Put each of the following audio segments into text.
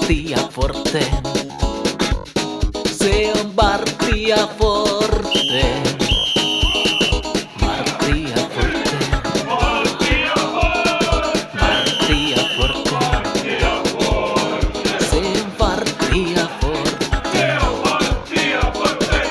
Martti ja Forte. Se on Martti ja Forte. Martti ja Forte. Martti ja Forte. Se on Martti ja Forte.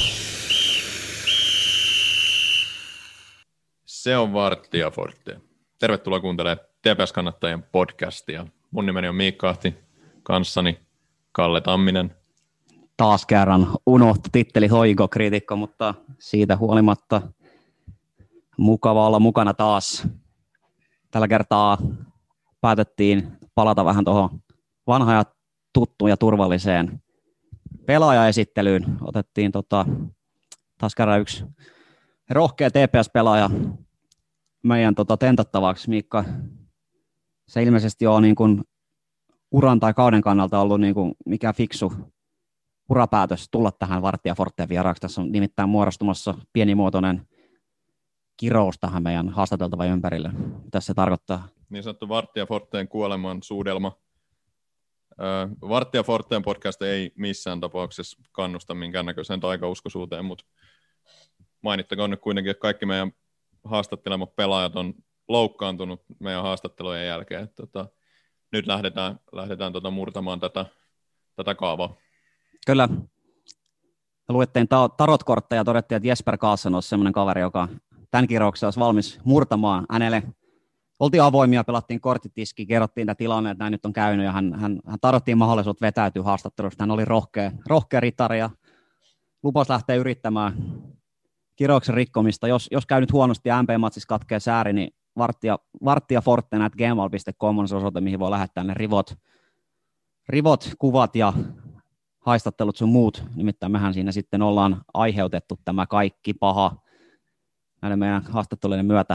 Se on Martti ja Forte. Tervetuloa kuuntelemaan TPS-kannattajien podcastia. Mun nimeni on Miikka Ahti, kanssani Kalle Tamminen. Taas kerran unohtu titteli hoikokriitikko, mutta siitä huolimatta mukava olla mukana taas. Tällä kertaa päätettiin palata vähän tuohon vanhaan ja tuttuun ja turvalliseen pelaajaesittelyyn. Otettiin taas kerran yksi rohkea TPS-pelaaja meidän tentattavaksi. Miikka, se ilmeisesti on niin kuin uran tai kauden kannalta ollut niin kuin mikä fiksu urapäätös tulla tähän Martti ja Forteen vieraaksi. Tässä on nimittäin muodostumassa pienimuotoinen kirous tähän meidän haastateltavan ympärille. Mitä se tarkoittaa? Niin sanottu Martti ja Forteen kuoleman suudelma. Martti ja Forteen podcast ei missään tapauksessa kannusta minkäännäköiseen taikauskoisuuteen, mutta mainittakoon nyt kuitenkin, että kaikki meidän haastattelemat pelaajat on loukkaantunut meidän haastattelujen jälkeen. Nyt lähdetään murtamaan tätä kaavaa. Kyllä. Luettiin tarotkortteja ja todettiin, että Jesper Karlsson olisi sellainen kaveri, joka tämän kirouksen olisi valmis murtamaan. Hänelle oltiin avoimia, pelattiin korttitiski, kerrottiin tämä tilanne, että näin nyt on käynyt, ja hän tarjottiin mahdollisuutta vetäytyä haastattelusta. Hän oli rohkea ritari ja lupasi lähteä yrittämään kirouksen rikkomista. Jos käy nyt huonosti ja MP-matsissa katkee sääri, niin varttiaforte@gmail.com on se osoite, mihin voi lähettää ne rivot, kuvat ja haistattelut sun muut. Nimittäin mehän siinä sitten ollaan aiheutettu tämä kaikki paha näiden meidän haastattelujen myötä.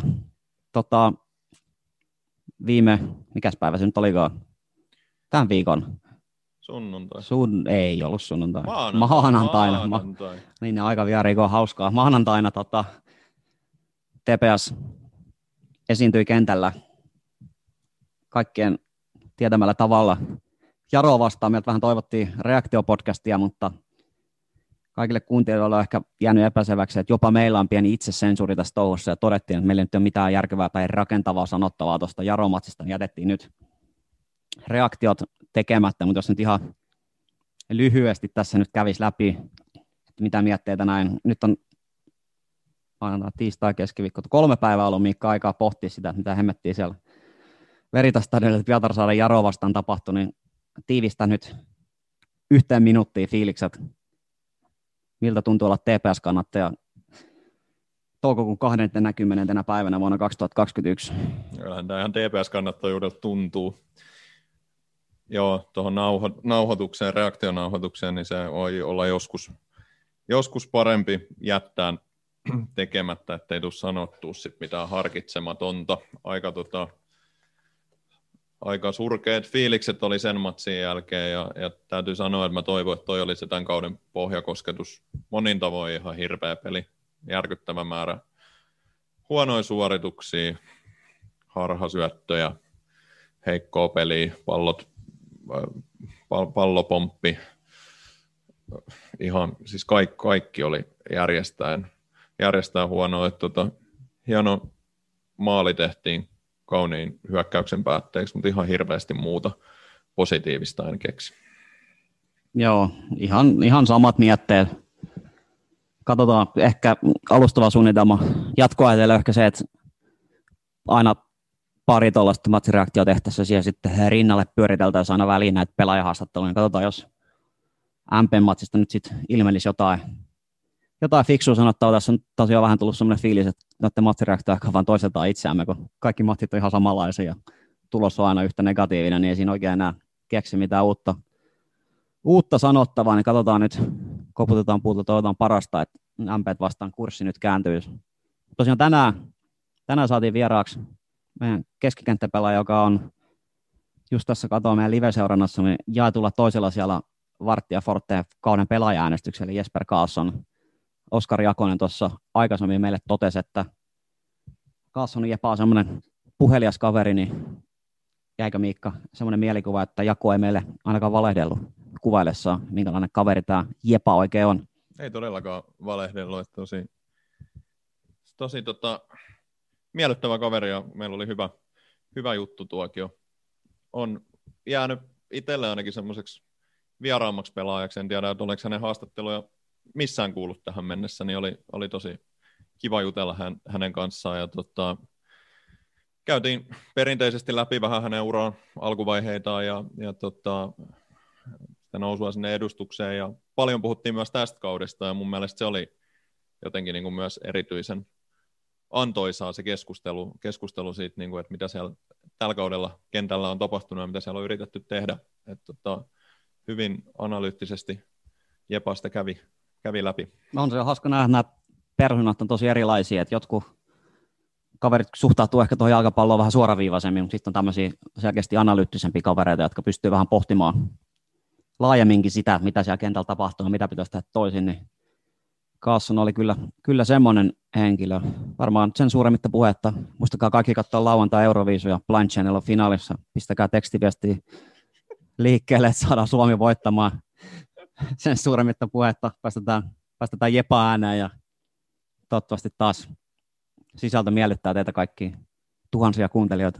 Mikäs päivä se nyt olikaan? Tämän viikon. Sunnuntai. Ei ollut sunnuntai. Maanantaina. Niin, aika viariiko hauskaa. Maanantaina TPS esiintyi kentällä kaikkien tietämällä tavalla Jaroa vastaan. Meiltä vähän toivottiin reaktiopodcastia, mutta kaikille kuuntelijoille on ehkä jäänyt epäselväksi, että jopa meillä on pieni itsesensuuri tässä touhussa, ja todettiin, että meillä ei ole mitään järkevää tai rakentavaa sanottavaa tuosta Jaro-matsista, niin jätettiin nyt reaktiot tekemättä, mutta jos nyt ihan lyhyesti tässä nyt kävisi läpi, että mitä mietteitä näin. Nyt on tiistai, keskiviikko, 3 päivää ollut Miikka aikaa pohtia sitä, mitä hemmettiin siellä Veritastadionilla, että Pietarsaaren Jaro vastaan tapahtui, niin tiivistä nyt 1 minuuttia fiilikset, miltä tuntuu olla TPS-kannattaja toukokuun 20. päivänä vuonna 2021. Kyllähän tämä ihan TPS-kannattajuudelta tuntuu. Joo, tuohon nauhoitukseen, reaktionauhoitukseen, niin se voi olla joskus parempi jättää tekemättä, ettei tule sanottua sit mitään harkitsematonta. Aika surkeat fiilikset oli sen matsin jälkeen, ja täytyy sanoa, että mä toivon, että toi oli se tämän kauden pohjakosketus. Monin tavoin ihan hirveä peli, järkyttävä määrä huonoja suorituksia, harhasyöttöjä, heikkoa peliä, pallopomppi, ihan siis kaikki oli järjestään huonoa, että hieno maali tehtiin kauniin hyökkäyksen päätteeksi, mutta ihan hirveästi muuta positiivista en keksi. Joo, ihan samat mietteet. Katsotaan ehkä alustava suunnitelma jatkoajatellen ehkä se, että aina pari tuollaista matsireaktio tehtäisiin ja sitten rinnalle pyöriteltäisiin aina väliin näitä pelaajahaastatteluja. Katsotaan, jos MP-matsista nyt sitten ilmenisi jotain fiksua sanottavaa. Tässä on tosiaan vähän tullut sellainen fiilis, että noiden matsireaktioja vaan toistetaan itseämme, kun kaikki matsit on ihan samanlaisia ja tulos on aina yhtä negatiivinen, niin ei siinä oikein enää keksi mitään uutta sanottavaa, niin katsotaan nyt, koputetaan puuta, toivotaan parasta, että MP:t vastaan kurssi nyt kääntyy. Tosiaan tänään saatiin vieraaksi meidän keskikenttäpelaaja, joka on just tässä katoa meidän live-seurannassa, niin jaetulla toisella siellä Martti ja Forteen kauden pelaaja-äänestyksellä Jesper Karlsson. Oskari Jakonen tuossa aikaisemmin meille totesi, että Karlsson Jepa on semmoinen puhelias kaveri, niin jäikö Miikka semmoinen mielikuva, että Jaku ei meille ainakaan valehdellut kuvaillessaan, minkälainen kaveri tämä Jepa oikein on? Ei todellakaan valehdellut, että tosi miellyttävä kaveri ja meillä oli hyvä juttu tuokio. On jäänyt itselle ainakin semmoiseksi vieraammaksi pelaajaksi, en tiedä, että oliko hänen haastatteluja missään kuullut tähän mennessä, niin oli tosi kiva jutella hänen kanssaan ja käytiin perinteisesti läpi vähän hänen uran alkuvaiheitaan ja sitä nousua sinne edustukseen ja paljon puhuttiin myös tästä kaudesta ja mun mielestä se oli jotenkin niin kuin myös erityisen antoisaa se keskustelu siitä, niin kuin, että mitä siellä tällä kaudella kentällä on tapahtunut ja mitä siellä on yritetty tehdä. Että hyvin analyyttisesti Jepasta kävi läpi. On se hauska nähdä, että nämä persoonat on tosi erilaisia, että jotkut kaverit suhtautuu ehkä tuohon jalkapalloon vähän suoraviivaisemmin, mutta sitten on tämmöisiä selkeästi analyyttisempia kavereita, jotka pystyy vähän pohtimaan laajemminkin sitä, mitä siellä kentällä tapahtuu ja mitä pitäisi tehdä toisin, niin Carlson oli kyllä semmoinen henkilö. Varmaan sen suuremmitta puhetta. Muistakaa kaikki katsoa lauantai Euroviisuja Blind Channel on finaalissa. Pistäkää tekstiviestiä liikkeelle, että saadaan Suomi voittamaan. Sen suuremmitta puhetta. Päästetään Jepa ääneen ja toivottavasti taas sisältö miellyttää teitä kaikkia tuhansia kuuntelijoita.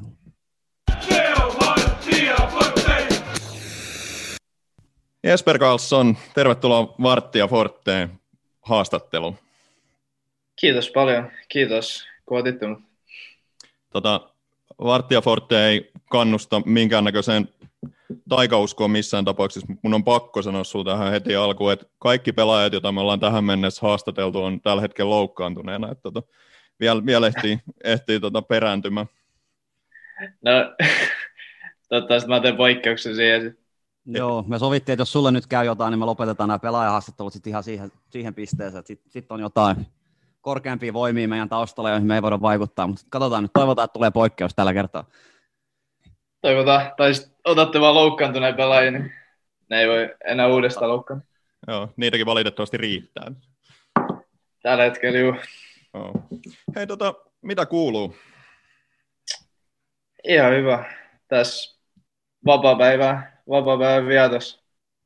Jesper Karlsson, tervetuloa Varttia Forteen haastatteluun. Kiitos paljon. Kiitos, kun otitte mut. Varttia Forte ei kannusta minkäännäköiseen taikauskoon missään tapauksessa. Mun on pakko sanoa sinulle tähän heti alkuun, että kaikki pelaajat, joita me ollaan tähän mennessä haastateltu, on tällä hetkellä loukkaantuneena. Että vielä ehtii perääntymään. No, toivottavasti mä teen poikkeuksen siihen. Joo, me sovittiin, että jos sulle nyt käy jotain, niin me lopetetaan nämä pelaajahaastattelut sitten ihan siihen pisteeseen, että sitten on jotain korkeampia voimia meidän taustalla, joihin me ei voida vaikuttaa, mutta katsotaan nyt, toivotaan, että tulee poikkeus tällä kertaa. Toivotaan, tai otatte vaan loukkaantuneen pelaajia, niin ne ei voi enää uudestaan loukkaantua. Joo, niitäkin valitettavasti riittää. Tällä hetkellä juu. Joo. Hei, mitä kuuluu? Ihan hyvä. Tässä vapaapäivän vietos.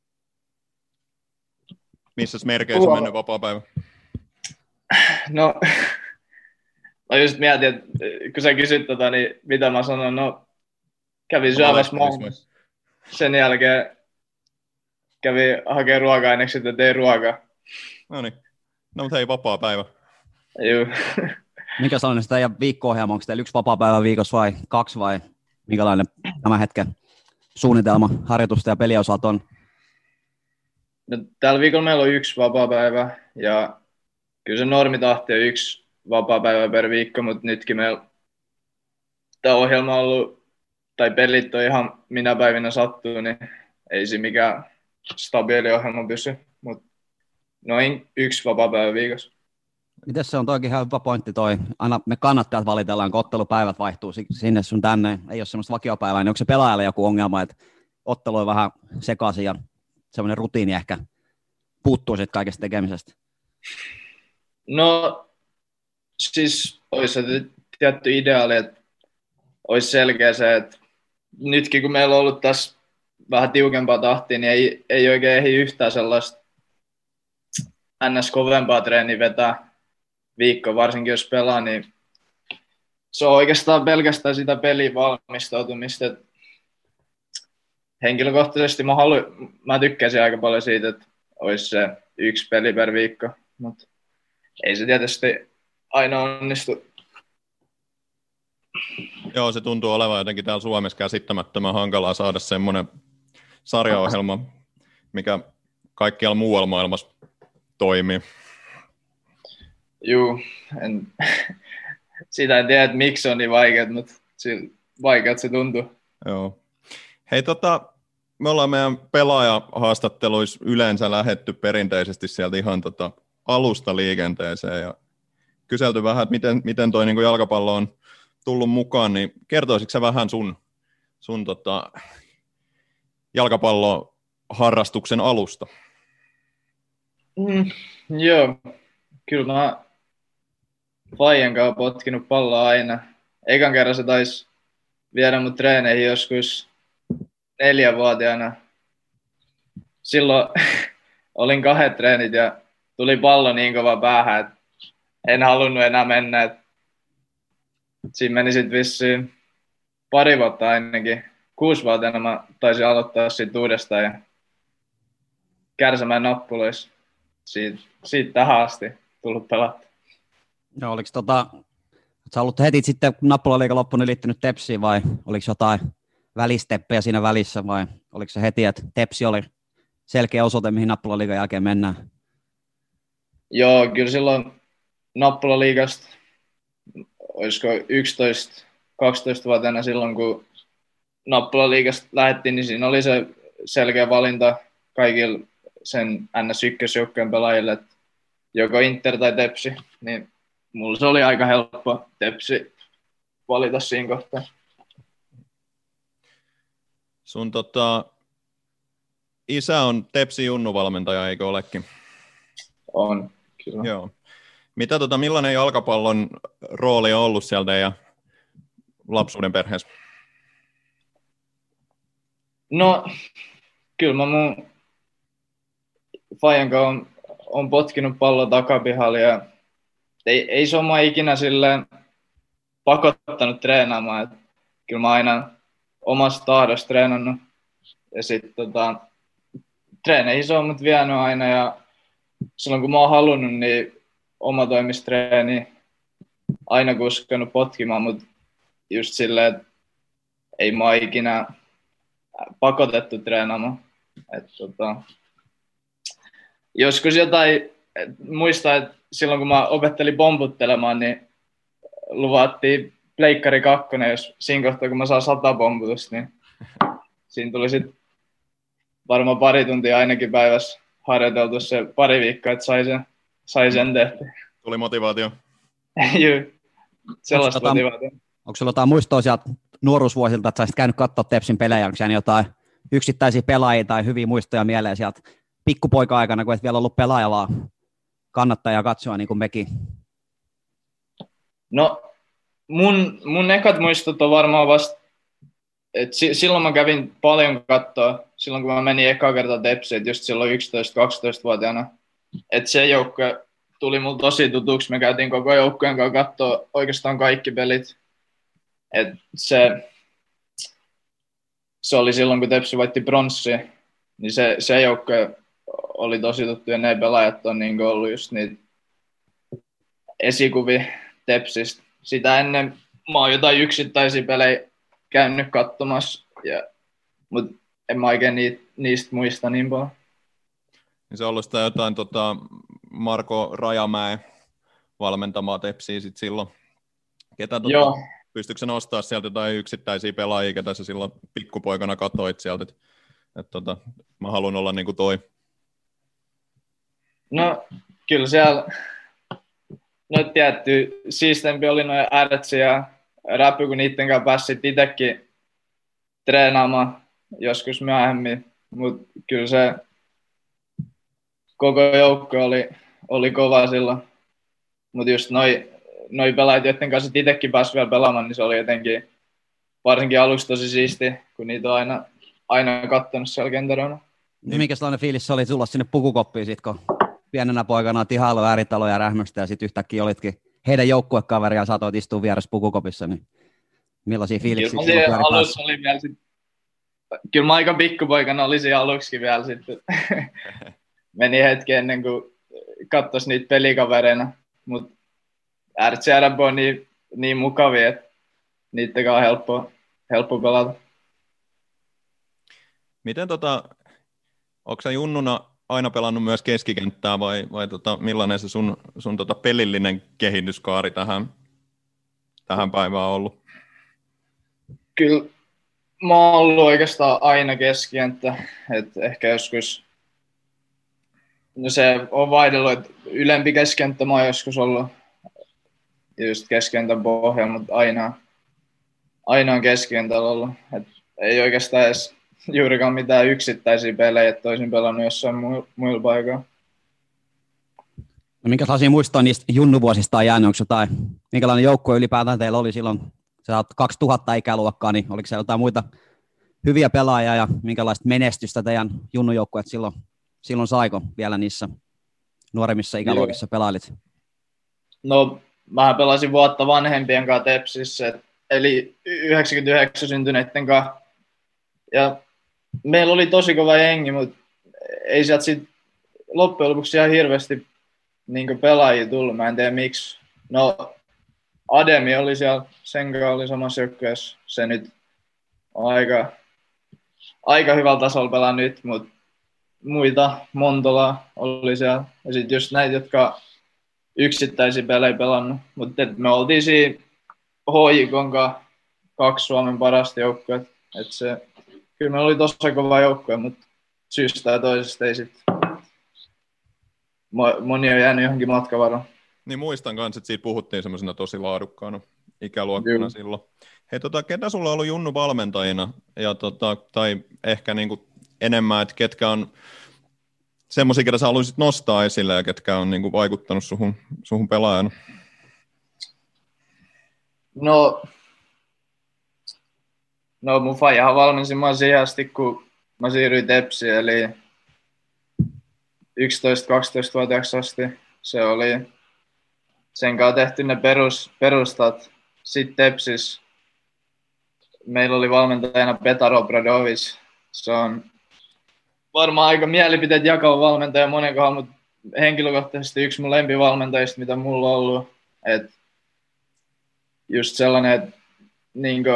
Missäs merkeissä on mennyt vapaapäivä? No just mietin, että kun sä kysyt niin mitä mä sanon, no kävin syömässä maailmassa. Sen jälkeen kävin hakemaan ruoka-ainekset ja tein ruokaa. No niin, no mutta hei, vapaapäivä. Juu. Mikä sellainen sitä teidän viikko-ohjelma, onko teillä 1 vapaapäivä viikossa vai 2 vai minkälainen tämän hetken suunnitelma harjoitusta ja pelien osalta on? No, tällä viikolla meillä on 1 vapaapäivä ja kyllä se normitahti on 1 vapaapäivä per viikko, mutta nytkin meillä tämä ohjelma on ollut, tai pelit on ihan minä päivinä sattuu, niin ei siinä mikään stabiili ohjelma pysy, mutta noin 1 vapaapäivä viikossa. Miten se on toikin ihan hyvä pointti toi? Aina me kannattajat valitellaan, kun ottelupäivät vaihtuu sinne sun tänne. Ei ole semmoista vakiopäivää, niin onko se pelaajalle joku ongelma, että ottelu on vähän sekaisin ja semmoinen rutiini ehkä puuttuu siitä kaikesta tekemisestä? No siis olisi se tietty ideaali, että olisi selkeä se, että nytkin kun meillä on ollut tässä vähän tiukempaa tahtia, niin ei oikein ehdi yhtään sellaista ns-kovempaa treeniä vetää viikko, varsinkin jos pelaa, niin se on oikeastaan pelkästään sitä pelin valmistautumista. Henkilökohtaisesti mä tykkäsin aika paljon siitä, että olisi se 1 peli per viikko, mutta ei se tietysti aina onnistu. Joo, se tuntuu olevan jotenkin täällä Suomessa käsittämättömän hankalaa saada semmoinen sarjaohjelma, mikä kaikkialla muualla maailmassa toimii. Juu, sitä en tiedä, että miksi on niin vaikeat, mutta vaikeat se tuntuu. Joo. Hei, me ollaan meidän pelaajahaastatteluissa yleensä lähdetty perinteisesti sieltä ihan alusta liikenteeseen ja kyselty vähän, että miten toi niin jalkapallo on tullut mukaan, niin kertoisitko sä vähän sun jalkapalloharrastuksen alusta? Joo, kyllä mä Fajan kanssa potkinut palloa aina. Ekan kerran se taisi viedä mut treeneihin joskus 4-vuotiaana. Silloin olin 2 treenit ja tuli pallo niin kova päähän, että en halunnut enää mennä. Siinä meni sitten vissiin 2 vuotta ainakin. 6-vuotiaana mä taisin aloittaa siitä uudestaan ja Kärsämäen nappuloissa. Siitä tähän asti tullut pelattua. Joo, oliko sä ollut heti sitten, kun Nappula-liiga loppui, niin liittynyt Tepsiin vai oliko jotain välisteppejä siinä välissä vai oliko se heti, että Tepsi oli selkeä osoite, mihin Nappula-liigan jälkeen mennään? Joo, kyllä silloin Nappula-liigasta, olisiko 11-12-vuotiaana silloin, kun Nappula-liigasta lähdettiin, niin siinä oli se selkeä valinta kaikille sen NS1-joukkojen pelaajille, että joko Inter tai Tepsi, niin mulla se oli aika helppo Tepsi valita siinä kohtaa. Sun isä on Tepsi junnuvalmentaja, eikö olekin? On, kyllä. Joo. Millainen jalkapallon rooli on ollut sieltä ja lapsuuden perheessä? No, kyllä mä mun Fajan kanssa on potkinut pallo takapihalle ja ei se ole mua ikinä silleen pakottanut treenaamaan. Et kyllä mä aina omasta tahdosta treenannut ja sitten treeneihin se on mut vienyt aina ja silloin kun mä oon halunnut, niin omatoimistreeni aina kuskenut potkimaan, mutta just silleen, että ei mä ikinä pakotettu treenaamaan. Joskus jotain, muistan, että silloin kun mä opettelin pomputtelemaan, niin luvattiin Pleikkari 2, jos siinä kohtaa kun mä saan 100 pomputusta, niin siinä tuli sitten varmaan 2 tuntia ainakin päivässä harjoiteltu se 2 viikkoa, että sai sen tehty. Tuli motivaatio. Joo, sellaista motivaatio. Onko sulla jotain muistoa sieltä nuoruusvuosilta, että sä olisit käynyt katsoa Tepsin pelejä, onko siellä jotain yksittäisiä pelaajia tai hyviä muistoja mieleen sieltä pikkupoika-aikana, kun et vielä ollut pelaaja, vaan kannattaja katsoa niin kuin mekin? No, mun ekat muistot on varmaan vasta, että silloin mä kävin paljon katsoa, silloin kun mä menin eka kertaa Tepsiin, just silloin 11-12-vuotiaana, että se joukkue tuli mulle tosi tutuksi, me käytiin koko joukkueen kanssa katsoa oikeastaan kaikki pelit, että se oli silloin, kun Tepsi voitti bronssia, niin se joukkue oli tosi tuttu ja ne pelaajat on niin ollut just niitä esikuvia Tepsistä. Sitä ennen mä oon jotain yksittäisiä pelejä käynyt katsomassa, mutta en mä oikein niistä muista niin paljon. Niin se on ollut sitä jotain Marko Rajamäen valmentamaa Tepsiä sit silloin. Joo. Pystyykö se nostaa sieltä jotain yksittäisiä pelaajia, ketä sä silloin pikkupoikana katsoit sieltä, että mä haluan olla niin kuin toi? No, kyllä siellä tietty siistempi oli noin Ärtsi ja Räpy, kun niiden kanssa pääsit itsekin treenaamaan joskus myöhemmin, mutta kyllä se koko joukko oli kova silloin, mutta just noi pelaajat, joiden kanssa itsekin pääsi vielä pelaamaan, niin se oli jotenkin varsinkin aluksi tosi siisti, kun niitä on aina katsonut siellä kentäreunä. Niin minkä sellainen fiilis se oli tulla sinne pukukoppiin sit, kun pienenä poikana tihailu Ääritalo ja Rähmöstä ja sitten yhtäkkiä olitkin heidän joukkuekaveri ja saatoit istua vieressä pukukopissa, niin millaisia fiiliksiä silloin pyöri päässä? Oli vielä kyllä mä aika pikkupoikana olisin aluksikin vielä sitten. Meni hetki ennen kuin katsoisi niitä pelikavereina, mutta Ärtsi ja Räpö on niin mukavia, että niiden kanssa on helppo pelata. Miten onko sä junnuna aina pelannut myös keskikenttää vai millainen se sun pelillinen kehityskaari tähän päivään on ollut? Kyllä mä oon ollut oikeastaan aina keskikenttä, että ehkä joskus, no se on vaihdellut, että ylempi keskikenttä mä oon joskus ollut just keskikentän pohjalla, mutta aina on keskikentällä ollut, että ei oikeastaan edes juurikaan mitään yksittäisiä pelejä, että olisin pelannut jossain muilla paikoilla. No minkälaisia muistoja niistä junnuvuosista on jäänyt? Onko jotain, minkälainen joukkue ylipäätään teillä oli silloin Sä oot 2000 ikäluokkaa, niin oliko siellä jotain muita hyviä pelaajia ja minkälaista menestystä teidän junnujoukkueet silloin saiko vielä niissä nuoremmissa ikäluokissa pelailit? No, mä pelasin vuotta vanhempien kanssa Tepsissä, eli 99 syntyneiden kanssa. Ja meillä oli tosi kova jengi, mutta ei sieltä sit loppujen lopuksi ihan hirveästi niin pelaajia tullut, mä en tiedä miksi. No, Ademi oli siellä, sen kanssa oli samassa joukkueessa. Se nyt on aika hyvällä tasolla pelaa nyt, mutta muita, Montola oli siellä. Ja sitten just näitä, jotka yksittäisiä pelejä pelannut. Mutta me oltiin siinä HJK:n kanssa 2 Suomen parasta joukkueet. Kyllä meillä oli tosi kova joukkue, mutta syystä tai toisesta ei sitten. Moni on jäänyt johonkin matkavaraan. Niin muistan kanssa, että siitä puhuttiin semmoisena tosi laadukkaana ikäluokkana silloin. Hei, ketä sulla on ollut junnu valmentajina? Ja tai ehkä niinku enemmän, että ketkä on semmoisia, ketä sä haluaisit nostaa esille ja ketkä on niinku vaikuttanut suhun pelaajana? No mun faijahan valmensi mua siihen asti, kun mä siirryin Tepsiin, eli 11-12-vuotiaaksi asti. Se oli sen kanssa tehty ne perustat. Sitten Tepsis meillä oli valmentajana Petar Obradovic. Se on varmaan aika mielipiteet jakava valmentaja monen kohdalla, mutta henkilökohtaisesti yksi mun lempivalmentajista, mitä mulla on ollut. Et just sellainen, että niinku,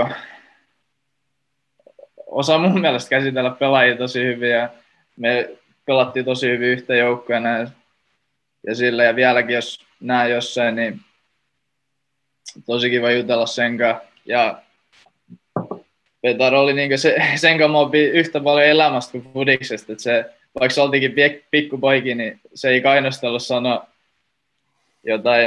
osaa mun mielestä käsitellä pelaajia tosi hyvin ja me pelattiin tosi hyvin yhteen joukkueena ja sillä ja vieläkin jos näen jossain, niin tosi kiva jutella sen kanssa. Ja Petar oli niinku sen kanssa mä opin yhtä paljon elämästä kuin fudiksesta, että se, vaikka se oltiinkin pikkupoikia, niin se ei kainostellut sanoa jotain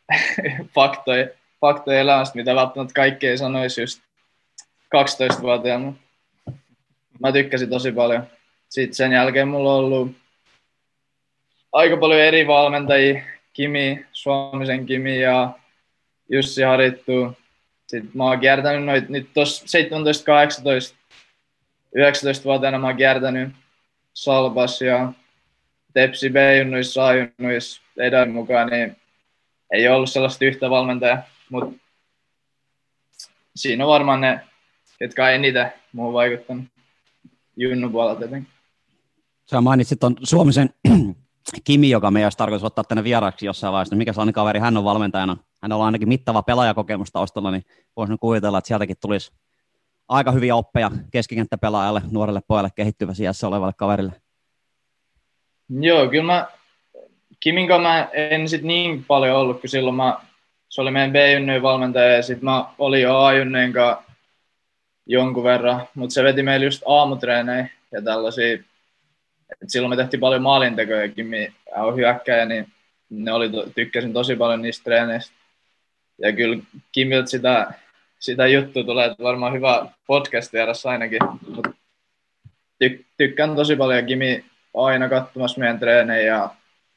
faktoja elämästä, mitä välttämättä kaikki ei sanoisi just 12-vuotiaana. Mä tykkäsin tosi paljon. Sitten sen jälkeen mulla on ollut aika paljon eri valmentajia. Kimi, Suomisen Kimi ja Jussi Harittu. Sitten mä oon kiertänyt nyt tuossa 17, 18, 19-vuotiaana mä oon kiertänyt Salpas ja Tepsi B-junnuissa, A-junnuissa Edan mukaan, niin ei ollut sellaista yhtä valmentajaa, mutta siinä on varmaan ne, ketkä on eniten muuhun vaikuttanut junnu puolella tietenkin. Sä mainitsit tuon Suomisen Kimi, joka meidän olisi tarkoitus ottaa tänne vieraaksi jossain vaiheessa. Mikä sellainen kaveri hän on valmentajana? Hän on ainakin mittava pelaajakokemus taustalla, niin voisin kuvitella, että sieltäkin tulisi aika hyviä oppeja keskikenttäpelaajalle, nuorelle pojalle kehittyvässä iässä olevalle kaverille. Joo, kyllä mä Kimin kanssa mä en sit niin paljon ollut, kun silloin se oli meidän B-junnujen valmentaja ja sitten mä olin jo A-junnujen kanssa jonkun verran, mutta se veti meillä just aamutreenejä ja tällaisia. Et silloin me tehtiin paljon maalintekoja, Kimi on hyökkäjä, niin tykkäsin tosi paljon niistä treeneistä. Ja kyllä Kimiltä sitä juttua tulee, että varmaan hyvä podcast vieressä ainakin. Mut tykkään tosi paljon, Kimi aina katsomassa meidän treenejä ja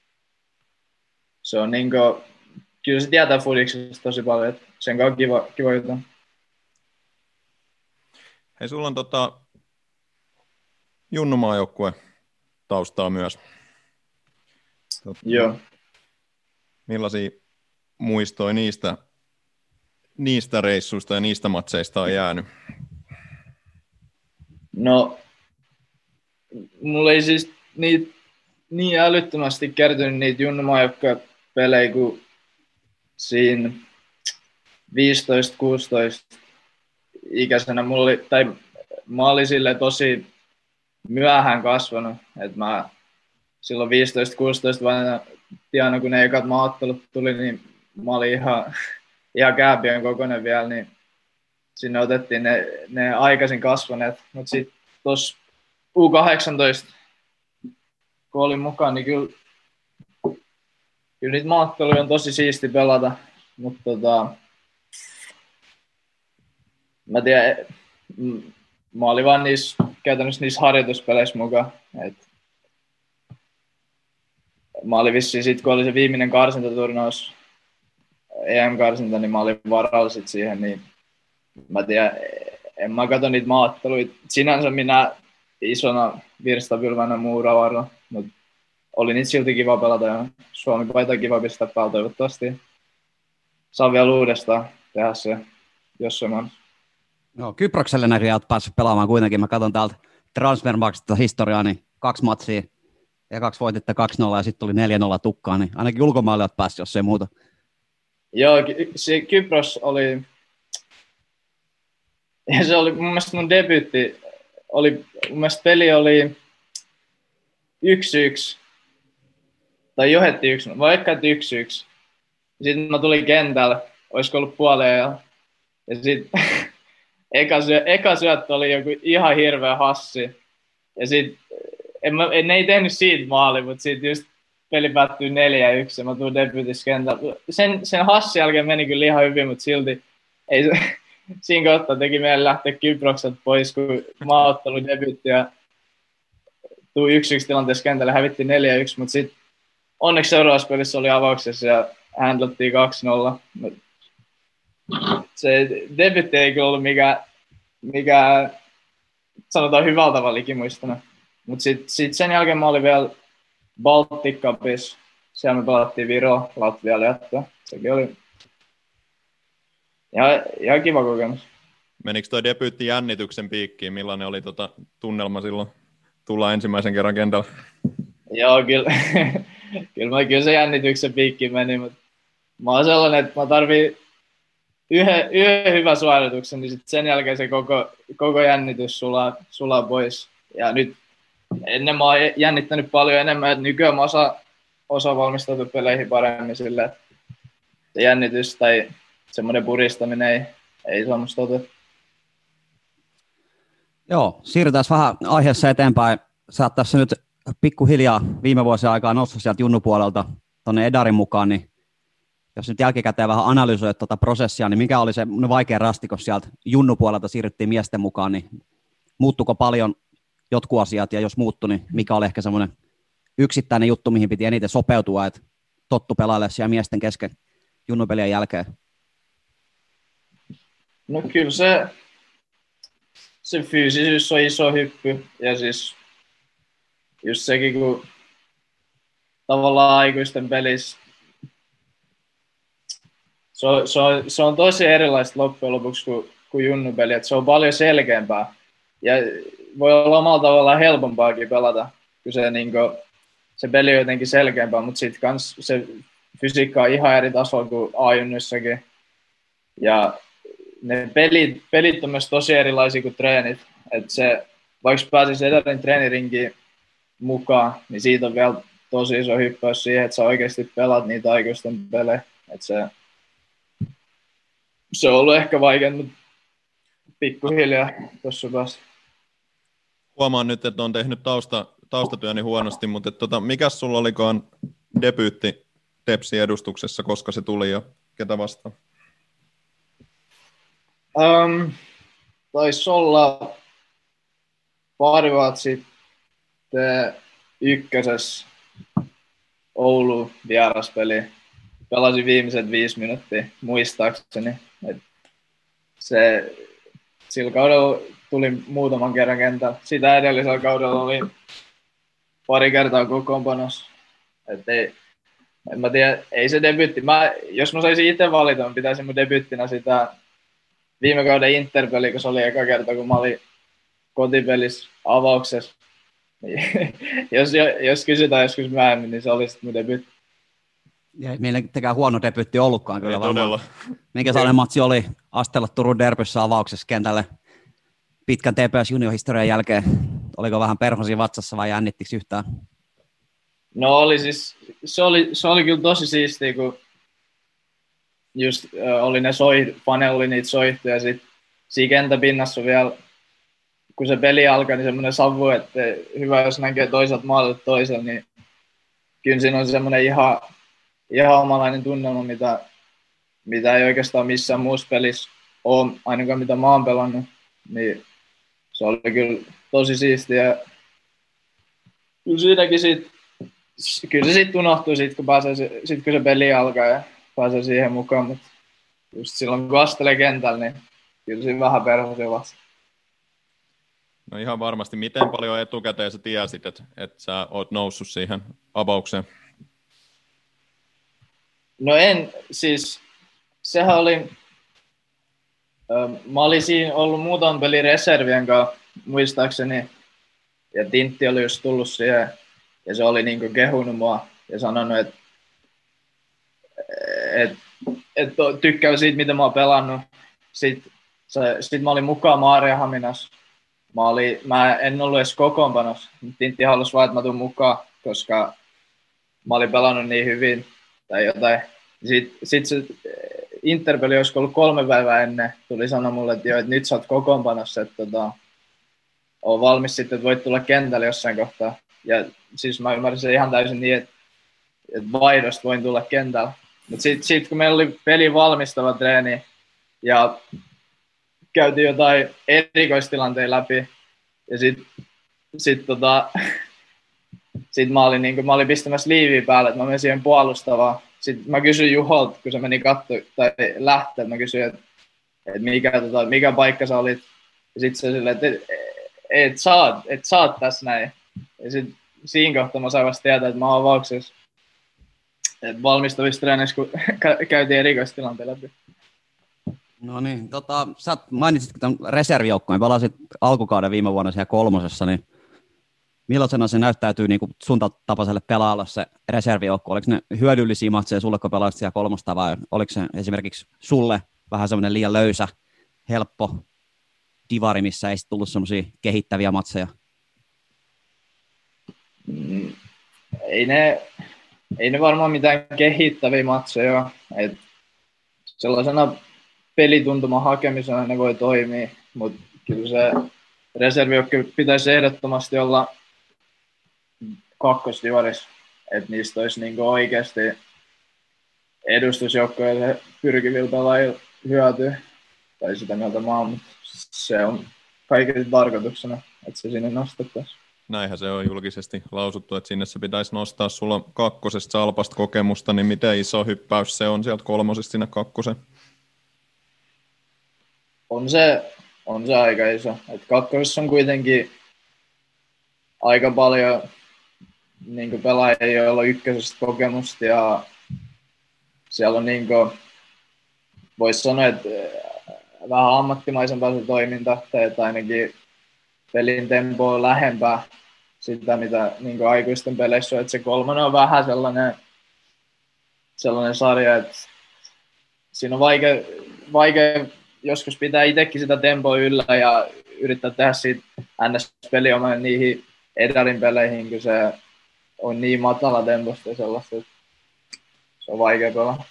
se on niinku, kyllä se tietää fudiksesta tosi paljon, että sen kanssa on kiva juttu. Hei, sulla on junnumaajoukkue taustaa myös. Joo. Millaisia muistoja niistä reissuista ja niistä matseista on jäänyt? No, mulla ei siis niin älyttömästi kertynyt niitä junnumaajoukkue-pelejä kuin siinä 15-16 ikäisenä. Mä olin silleen tosi myöhään kasvanut, että mä silloin 15-16-vuotiaana, kun ne ekat maaottelut tuli, niin mä olin ihan kääpiön kokoinen vielä, niin sinne otettiin ne aikaisin kasvaneet. Mutta sitten tuossa U18, kun olin mukaan, niin kyllä niitä maotteluja on tosi siisti pelata, mutta mä tiedän, mä olin vaan käytännössä niissä harjoituspeleissä mukaan. Mä olin vissiin sit, kun oli se viimeinen karsintaturnaus, EM-karsinta, niin mä olin varalla sit siihen, niin mä tiedän, en mä katso niitä maaotteluita. Sinänsä minä isona virstapylvänä muuravarna, mutta oli niitä silti kiva pelata ja Suomi-paita kiva pistää päällä toivottavasti. Saa vielä uudestaan tehdä se jossain maassa. No, Kyprokselle näkyy, olet päässyt pelaamaan kuitenkin. Mä katson täältä Transfermarktista historiaa, niin 2 matsia ja 2 voititte 2-0 ja sitten tuli 4-0 tukkaan, niin ainakin ulkomaille olet päässyt, jos ei muuta. Joo, se Kypros oli, ja se oli mun mielestä mun debyytti, mun mielestä peli oli 1-1, tai johdettiin 1-0, vaikka 1-1. Sitten mä tulin kentälle, olisiko ollut puoleen ja sitten eka syöttö oli joku ihan hirveä hassi. Ja sitten ne ei tehnyt siitä maali, mutta sitten just peli päättyi 4-1 ja mä tulin debyytissä kentälle. Sen hassin jälkeen meni kyllä ihan hyvin, mutta silti ei siinä kohtaa teki meidän lähteä Kyprokset pois, kun maaottelu debyytti ja tuli 1-1 tilanteessa kentälle, hävittiin 4-1, mutta sitten onneksi seuraavassa pelissä oli avauksessa ja handlattiin 2-0. Se debyytti ei kyllä ollut mikä sanotaan hyvällä tavalla ikimuistona. Mutta sit sen jälkeen mä olin vielä Baltic Cupissa. Siellä me pelattiin Viro, Latvia, Liettua. Sekin oli ihan kiva kokemus. Menikö toi debyytti jännityksen piikkiin? Millainen oli tunnelma silloin tulla ensimmäisen kerran kentällä? Joo, kyllä se jännityksen piikkiin meni, mutta mä oon sellainen, että mä tarviin yhden hyvän suorituksen, niin sit sen jälkeen se koko jännitys sulaa pois. Ja nyt ennen mä oon jännittänyt paljon enemmän, että nykyään mä osaan valmistautua peleihin paremmin silleen, että se jännitys tai semmoinen puristaminen ei saa musta toteuttaa. Joo, siirrytään vähän aiheessa eteenpäin. Sä oot tässä nyt pikkuhiljaa viime vuosien aikaa noussut sieltä junnupuolelta tuonne Edarin mukaan, niin jos nyt jälkikäteen vähän analysoit tuota prosessia, niin mikä oli se vaikea rasti, kun sieltä junnupuolelta siirryttiin miesten mukaan, niin muuttuko paljon jotkut asiat, ja jos muuttui, niin mikä oli ehkä semmoinen yksittäinen juttu, mihin piti eniten sopeutua, että tottu pelaalle siellä miesten kesken junnupelien jälkeen? No kyllä se fyysisyys on iso hyppy, ja siis just sekin, kun tavallaan aikuisten pelissä se on tosi erilaista loppujen lopuksi kuin junnupeli, että se on paljon selkeämpää ja voi olla omalla tavallaan helpompaakin pelata, kun se peli on jotenkin selkeämpää, mutta sitten kans se fysiikka on ihan eri tasolla kuin A-junnuissakin ja ne pelit on myös tosi erilaisia kuin treenit, että se, vaikka pääsisi Edarin treenirinkiin mukaan, niin siitä on vielä tosi iso hyppäys siihen, että sä oikeasti pelaat niitä aikuisten pelejä, että se on ollut ehkä vaikea, mutta pikkuhiljaa tuossa päässä. Huomaan nyt, että on tehnyt taustatyöni huonosti, mutta mikäs sulla olikaan debyytti Tepsin edustuksessa, koska se tuli ja ketä vastaan? Taisi olla pari vuotta sitten ykkösessä Oulu vieraspeli. Pelasin viimeiset 5 minuuttia, muistaakseni. Sillä kaudella tuli muutaman kerran kentällä. Sitä edellisellä kaudella oli pari kertaa kokoonpanossa. En mä tiedä, ei se debyytti. Jos mä saisin itse valita, mä pitäisin mun debyyttinä sitä viime kauden Interpeli, kun se oli eka kerta, kun mä olin kotipelissä avauksessa. Jos kysytään joskus myöhemmin, niin se oli sitten mun debyytti. Ei meilläkään huono debyytti ollutkaan kyllä varmaan. Minkä sellainen matsi oli astella Turun derbyssä avauksessa kentälle pitkän TPS junior-historian jälkeen? Oliko vähän perhosia vatsassa vai jännittikö yhtään? No oli siis, se oli kyllä tosi siistiä, kun just oli ne paneli niitä soihtuja ja sitten siinä kentäpinnassa vielä, kun se peli alkaa, niin semmoinen savu, että hyvä jos näkee toiselta maalilta toisella, niin kyllä siinä on semmoinen ihan omalainen tunnelma, mitä ei oikeastaan missään muussa pelissä ole, ainakaan mitä mä oon pelannut, niin se oli kyllä tosi siistiä. Kyllä se sitten unohtuu, kun se peli alkaa ja pääsee siihen mukaan, mutta just silloin kun astelee kentällä, niin kyllä siinä vähän perhosia vasta. No ihan varmasti. Miten paljon etukäteen sä tiesit, että sä oot noussut siihen avaukseen? No siis sehän oli, mä olin siinä ollut muutaman pelin reservien kanssa, muistaakseni, ja Tintti oli just tullut siihen, ja se oli niinku kehunut mua, ja sanonut, että tykkää siitä, mitä mä oon pelannut. Sitten mä olin mukaan Maarianhaminassa. Mä en ollut edes kokoonpanossa. Tintti halusi vaan, että mä tuun mukaan, koska mä olin pelannut niin hyvin tai jotain. Sitten se Interpeli, olisiko ollut 3 päivää ennen, tuli sanoa mulle, että, että nyt sä oot kokoonpanossa, että oon valmis sitten, että voit tulla kentälle jossain kohtaa. Ja siis mä ymmärsin ihan täysin niin, että vaihdosta voin tulla kentällä. Mutta sitten kun meillä oli pelin valmistava treeni ja käytiin jotain erikoistilanteita läpi ja sitten mä olin pistämässä liiviä päälle, että mä menin siihen puolustavaan. Sitten mä kysyin Juholta, kun se meni lähteä, mä kysyin, että mikä paikka sä olit. Ja sitten se silleen, että et sä oot tässä näin. Ja sitten siinä kohtaa mä sain vasta tietää, että mä oon avauksessa. Valmistavissa treeneissä, kun käytiin erikoistilanteen läpi. No niin, sä mainitsit tämän reservijoukkoon, pelasit alkukauden viime vuonna siellä 3, niin millaisena se näyttäytyy niin sun tapaiselle pelaajalle se reservijoukko? Oliko ne hyödyllisiä matseja sulle, kun pelasit siellä 3, vai oliko se esimerkiksi sulle vähän semmoinen liian löysä, helppo divari, missä ei tullut semmoisia kehittäviä matseja? Ei ne varmaan mitään kehittäviä matseja, että sellaisena pelituntuman hakemisena ne voi toimia, mutta kyllä se reservijoukko pitäisi ehdottomasti olla kakkosdivarissa, että niistä olisi niinku oikeasti edustusjoukkoja pyrkivillä pelaajilla hyötyä, tai sitä mieltä mä oon, mutta se on kaiken tarkoituksena, että se sinne nostettaisiin. Näinhän se on julkisesti lausuttu, että sinne se pitäisi nostaa. Sulla on 2. Salpasta kokemusta, niin miten iso hyppäys se on sieltä 3 sinne 2? On se aika iso. Et 2 on kuitenkin aika paljon niin pelaajia, joilla on 1. kokemusta, ja siellä on, niin voisi sanoa, että vähän ammattimaisempaa se toiminta, tai ainakin pelin tempo on lähempää sitä, mitä niin aikuisten peleissä on. Että se 3 on vähän sellainen sarja, että siinä on vaikea joskus pitää itsekin sitä tempoa yllä ja yrittää tehdä siitä NS-peliomaa niihin edarin peleihin, kun se on niin matala temposta ja sellaista, että se on vaikea pelaa.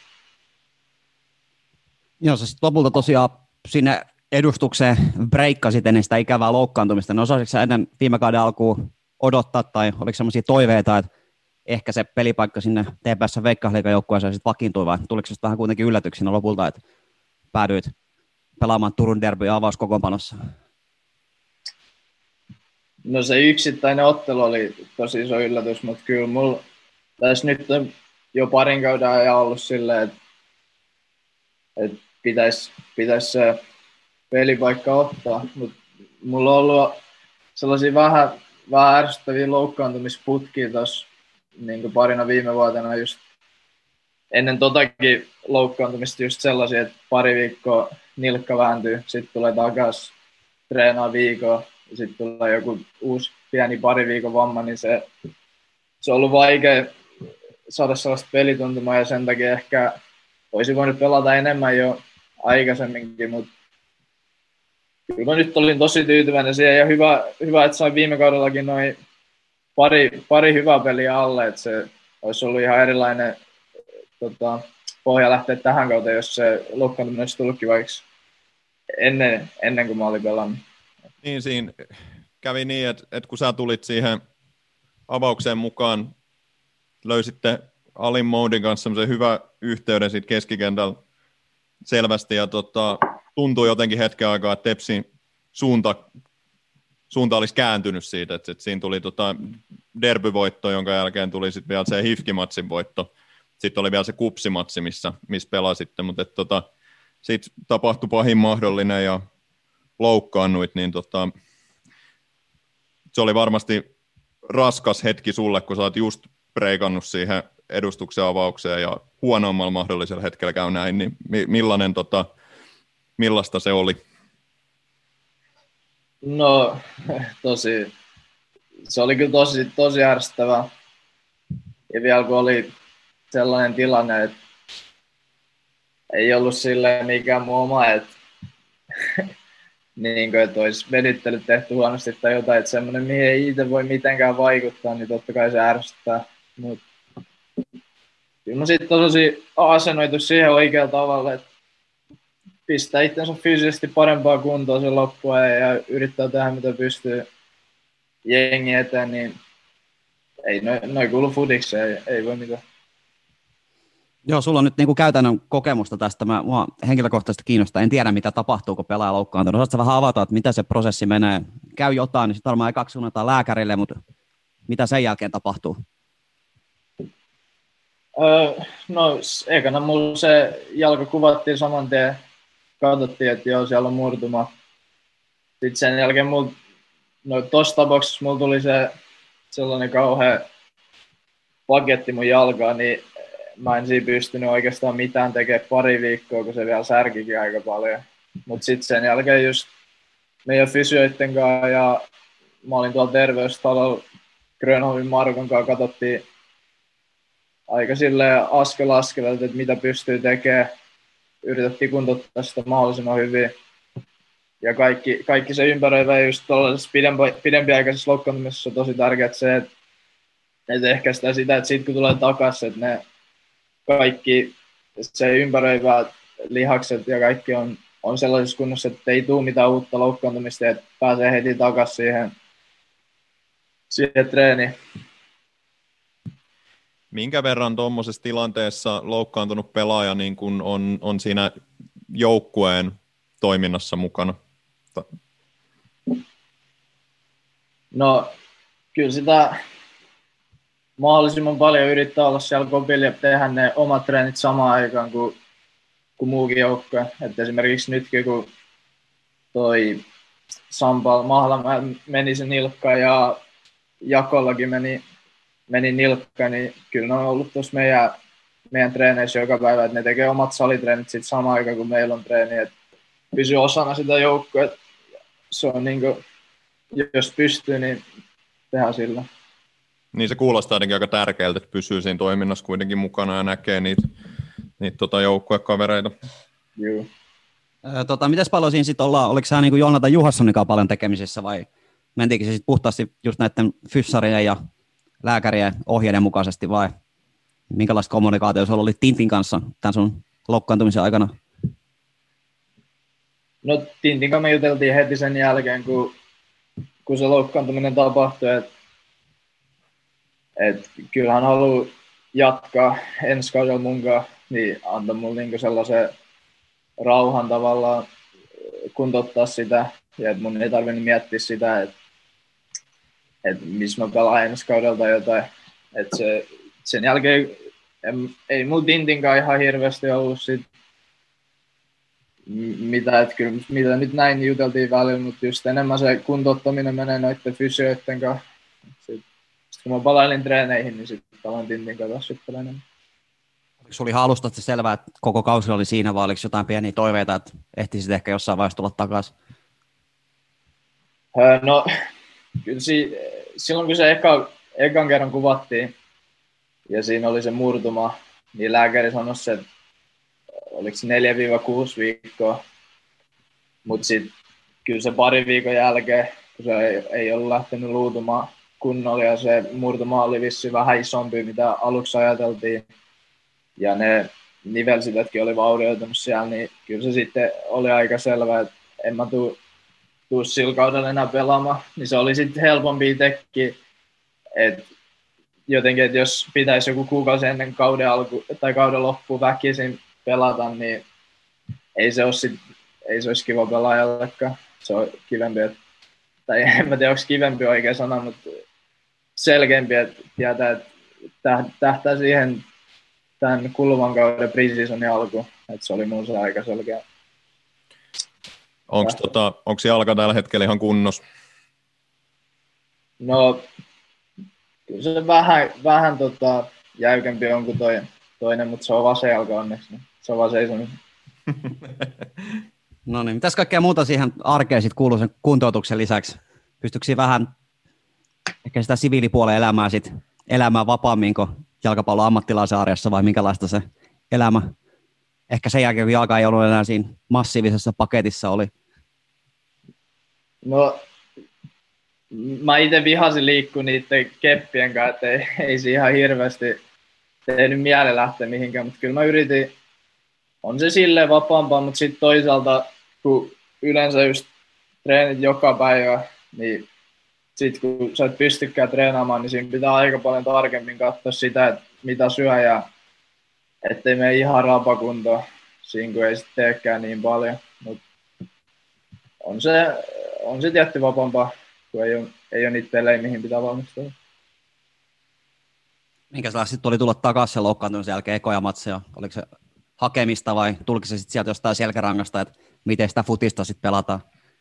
Joo, sä sitten lopulta tosiaan sinne edustukseen breikkasit ennen sitä ikävää loukkaantumista. No osasitko sä ennen viime kauden alkuun odottaa, tai oliko sellaisia toiveita, että ehkä se pelipaikka sinne TPS Veikkausliigajoukkueeseen sitten vakiintui, vai tuliko se vähän kuitenkin yllätyksenä lopulta, että päädyit pelaamaan Turun derby ja avauskokoonpanossa? No se yksittäinen ottelu oli tosi iso yllätys, mutta kyllä mulla tässä nyt on jo parin kauden ajan ollut silleen, että pitäisi se pelipaikka ottaa, mutta mulla on ollut sellaisia vähän ärsyttäviä loukkaantumisputkia tuossa niin parina viime vuotena just ennen totakin loukkaantumista just sellaisia, että pari viikkoa nilkka vääntyy, sitten tulee takaisin treenaa viikon ja sitten tulee joku uusi pieni pari viikon vamma, niin se on ollut vaikea saada sellaista pelituntumaa ja sen takia ehkä olisi voinut pelata enemmän jo aikaisemminkin, mutta kyllä mä nyt olin tosi tyytyväinen siihen ja hyvä että sain viime kaudellakin noin pari hyvää peliä alle, että se olisi ollut ihan erilainen pohja lähteä tähän kauteen, jos se loukkaantuminen olisi tullutkin vaikka ennen kuin mä olin pelannut. Niin siinä kävi niin, että kun sä tulit siihen avaukseen mukaan, löysitte Alin Moudin kanssa semmoisen hyvän yhteyden siitä keskikentällä selvästi ja tuntui jotenkin hetken aikaa, että Tepsin suunta olisi kääntynyt siitä, että siinä tuli derbyvoitto, jonka jälkeen tuli sitten vielä se HIFK-matsin voitto. Sitten oli vielä se kupsimatsi, missä pelasitte, mutta sitten tapahtui pahin mahdollinen ja loukkaannuit, niin se oli varmasti raskas hetki sulle, kun sä oot just breikannut siihen edustuksen avaukseen ja huonommalla mahdollisella hetkellä käy näin, niin millaista se oli? No, se oli kyllä tosi ärsyttävää. Ja vielä kun oli sellainen tilanne, että ei ollut silleen mikään muu oma, että niin että olisi venyttelyt tehty huonosti tai jotain, että semmoinen, mihin ei itse voi mitenkään vaikuttaa, niin totta kai se ärsyttää. Mutta kyllä mä sitten tosi asennoitu siihen oikealla tavalla, että pistää itsensä fyysisesti parempaa kuntoa sen loppua ja yrittää tehdä mitä pystyy jengi eteen, niin ei noi kuulu fudikseen, ei voi mitään. Joo, sulla on nyt niinku käytännön kokemusta tästä. Mua henkilökohtaisesti kiinnostaa. En tiedä, mitä tapahtuu, kun pelaaja loukkaantuu. Osaatko vähän avata, että mitä se prosessi menee? Käy jotain, niin sitten varmaan ekaksi suunnataan lääkärille, mutta mitä sen jälkeen tapahtuu? No, ekana mulla se jalka kuvattiin saman tien. Katsottiin, että joo, siellä on murtuma. Sitten sen jälkeen tuossa tapauksessa mulla tuli sellainen kauhea paketti mun jalkaan, niin mä en siinä pystynyt oikeastaan mitään tekemään pari viikkoa, kun se vielä särkikin aika paljon. Mutta sitten sen jälkeen just meidän fysioiden kanssa ja mä olin tuolla terveystalolla Grönholmin Markon kanssa, katsottiin aika silleen askel askeleelta, että mitä pystyy tekemään. Yritettiin kuntouttaa sitä mahdollisimman hyvin. Ja kaikki se ympäröivä just tuollaisessa pidempiaikaisessa loukkaantumisessa on tosi tärkeää se, että ehkäistään sitä, että sitten kun tulee takaisin, että ne kaikki se ympäröivät lihakset ja kaikki on sellaisessa kunnossa, että ei tule mitään uutta loukkaantumista, että pääsee heti takaisin siihen treeniin. Minkä verran tuommoisessa tilanteessa loukkaantunut pelaaja niin kun on siinä joukkueen toiminnassa mukana? No, kyllä sitä mahdollisimman paljon yrittää olla siellä kopilla ja tehdä ne omat treenit samaan aikaan kuin muukin joukkue. Että esimerkiksi nytkin, kun toi Sampal Mahla meni se nilkka ja Jakollakin meni nilkka, niin kyllä ne on ollut tuossa meidän treeneissä joka päivä, että ne tekee omat salitreenit sitten samaan aikaan, kun meillä on treeni, että pysyy osana sitä joukkoa. Se on niin kuin, jos pystyy, niin tehdään sillä. Niin se kuulostaa jotenkin aika tärkeältä, että pysyy siinä toiminnassa kuitenkin mukana ja näkee niitä joukkuekavereita. Joo. Mites paljon siinä sitten ollaan? Oliko sä niin Joonatan Juhassonin kanssa paljon tekemisissä vai mentiinkö se sitten puhtaasti just näiden fyssarien ja lääkärien ohjeiden mukaisesti vai minkälaista kommunikaatiota sulla oli Tintin kanssa tämän sun loukkaantumisen aikana? No Tintin kanssa me juteltiin heti sen jälkeen, kun se loukkaantuminen tapahtui, että kyllähän haluaa jatkaa ensi kaudella mun kanssa, niin antoi mulle niinku sellaisen rauhan tavallaan kuntouttaa sitä, ja että mun ei tarvinnut miettiä sitä, että missä mä pelaan ensi kaudella tai jotain. Että sen jälkeen ei mulla Tintinkaan ihan hirveästi ollut sit mitä nyt näin juteltiin välillä, mutta just enemmän se kuntouttaminen menee noiden fysioiden kanssa. Sitten kun mä palailin treeneihin, niin sitten palaan Tintin kanssa enemmän. Oliko sulla ihan alusta selvää, että koko kausi oli siinä, vai oliko jotain pieniä toiveita, että ehtisit ehkä jossain vaiheessa tulla takaisin? No, kyllä silloin kun se ekan kerran kuvattiin, ja siinä oli se murtuma, niin lääkäri sanoi se, että oliko se 4-6 viikkoa. Mutta sitten kyllä se pari viikon jälkeen, kun se ei ollut lähtenyt luutumaan kunnolla, ja se murtuma oli vissiin vähän isompi, mitä aluksi ajateltiin, ja ne nivelsitetkin oli vaurioitunut siellä, niin kyllä se sitten oli aika selvää, että en mä tuu sillä kaudella enää pelaamaan. Niin se oli sitten helpompi itsekin, että jotenkin, että jos pitäisi joku kuukausi ennen kauden loppuun väkisin pelata, niin ei se olisi kiva pelaajallekaan. Se on kivempi, tai en mä tiedä, onko kivempi oikea sana, mutta selkeämpi, että tietää, että tähtää siihen tämän kuluvan kauden pre-seasonin alkuun. Että se oli mun se aika selkeä. Onko jalka tällä hetkellä ihan kunnossa? No, kyllä se vähän jäykempi on kuin toinen, mutta se on vasen jalka onneksi. Niin se on vaan seisomisen. No niin, mitäs kaikkea muuta siihen arkeen sit kuuluu sen kuntoutuksen lisäksi? Pystyykö siinä vähän ehkä sitä siviilipuolen elämää vapaammin kuin jalkapallon ammattilaisen arjessa vai minkälaista se elämä? Ehkä sen jälkeen, kun jalka ei ollut enää siinä massiivisessa paketissa oli. No, mä itse vihasin liikkua niiden keppien kanssa, että ei siinä ihan hirveästi tehnyt mielen lähteä mihinkään, mutta kyllä mä yritin, on se silleen vapaampaa, mutta sitten toisaalta, kun yleensä just treenit joka päivä, niin sitten kun sä et pystykään treenaamaan, niin siinä pitää aika paljon tarkemmin katsoa sitä, että mitä syö ja ettei mene ihan rapakuntoon siinä, kun ei sitten teekään niin paljon. Mut on se tietty vapaampaa, kun ei ole niitä pelejä, mihin pitää valmistella. Minkälaista sitten tuli tulla takaisin sen loukkaantumisen jälkeen ekoja matseja? Oliko se hakemista vai tuliko se sitten sieltä jostain selkärangasta, että miten sitä futista sitten pelataan?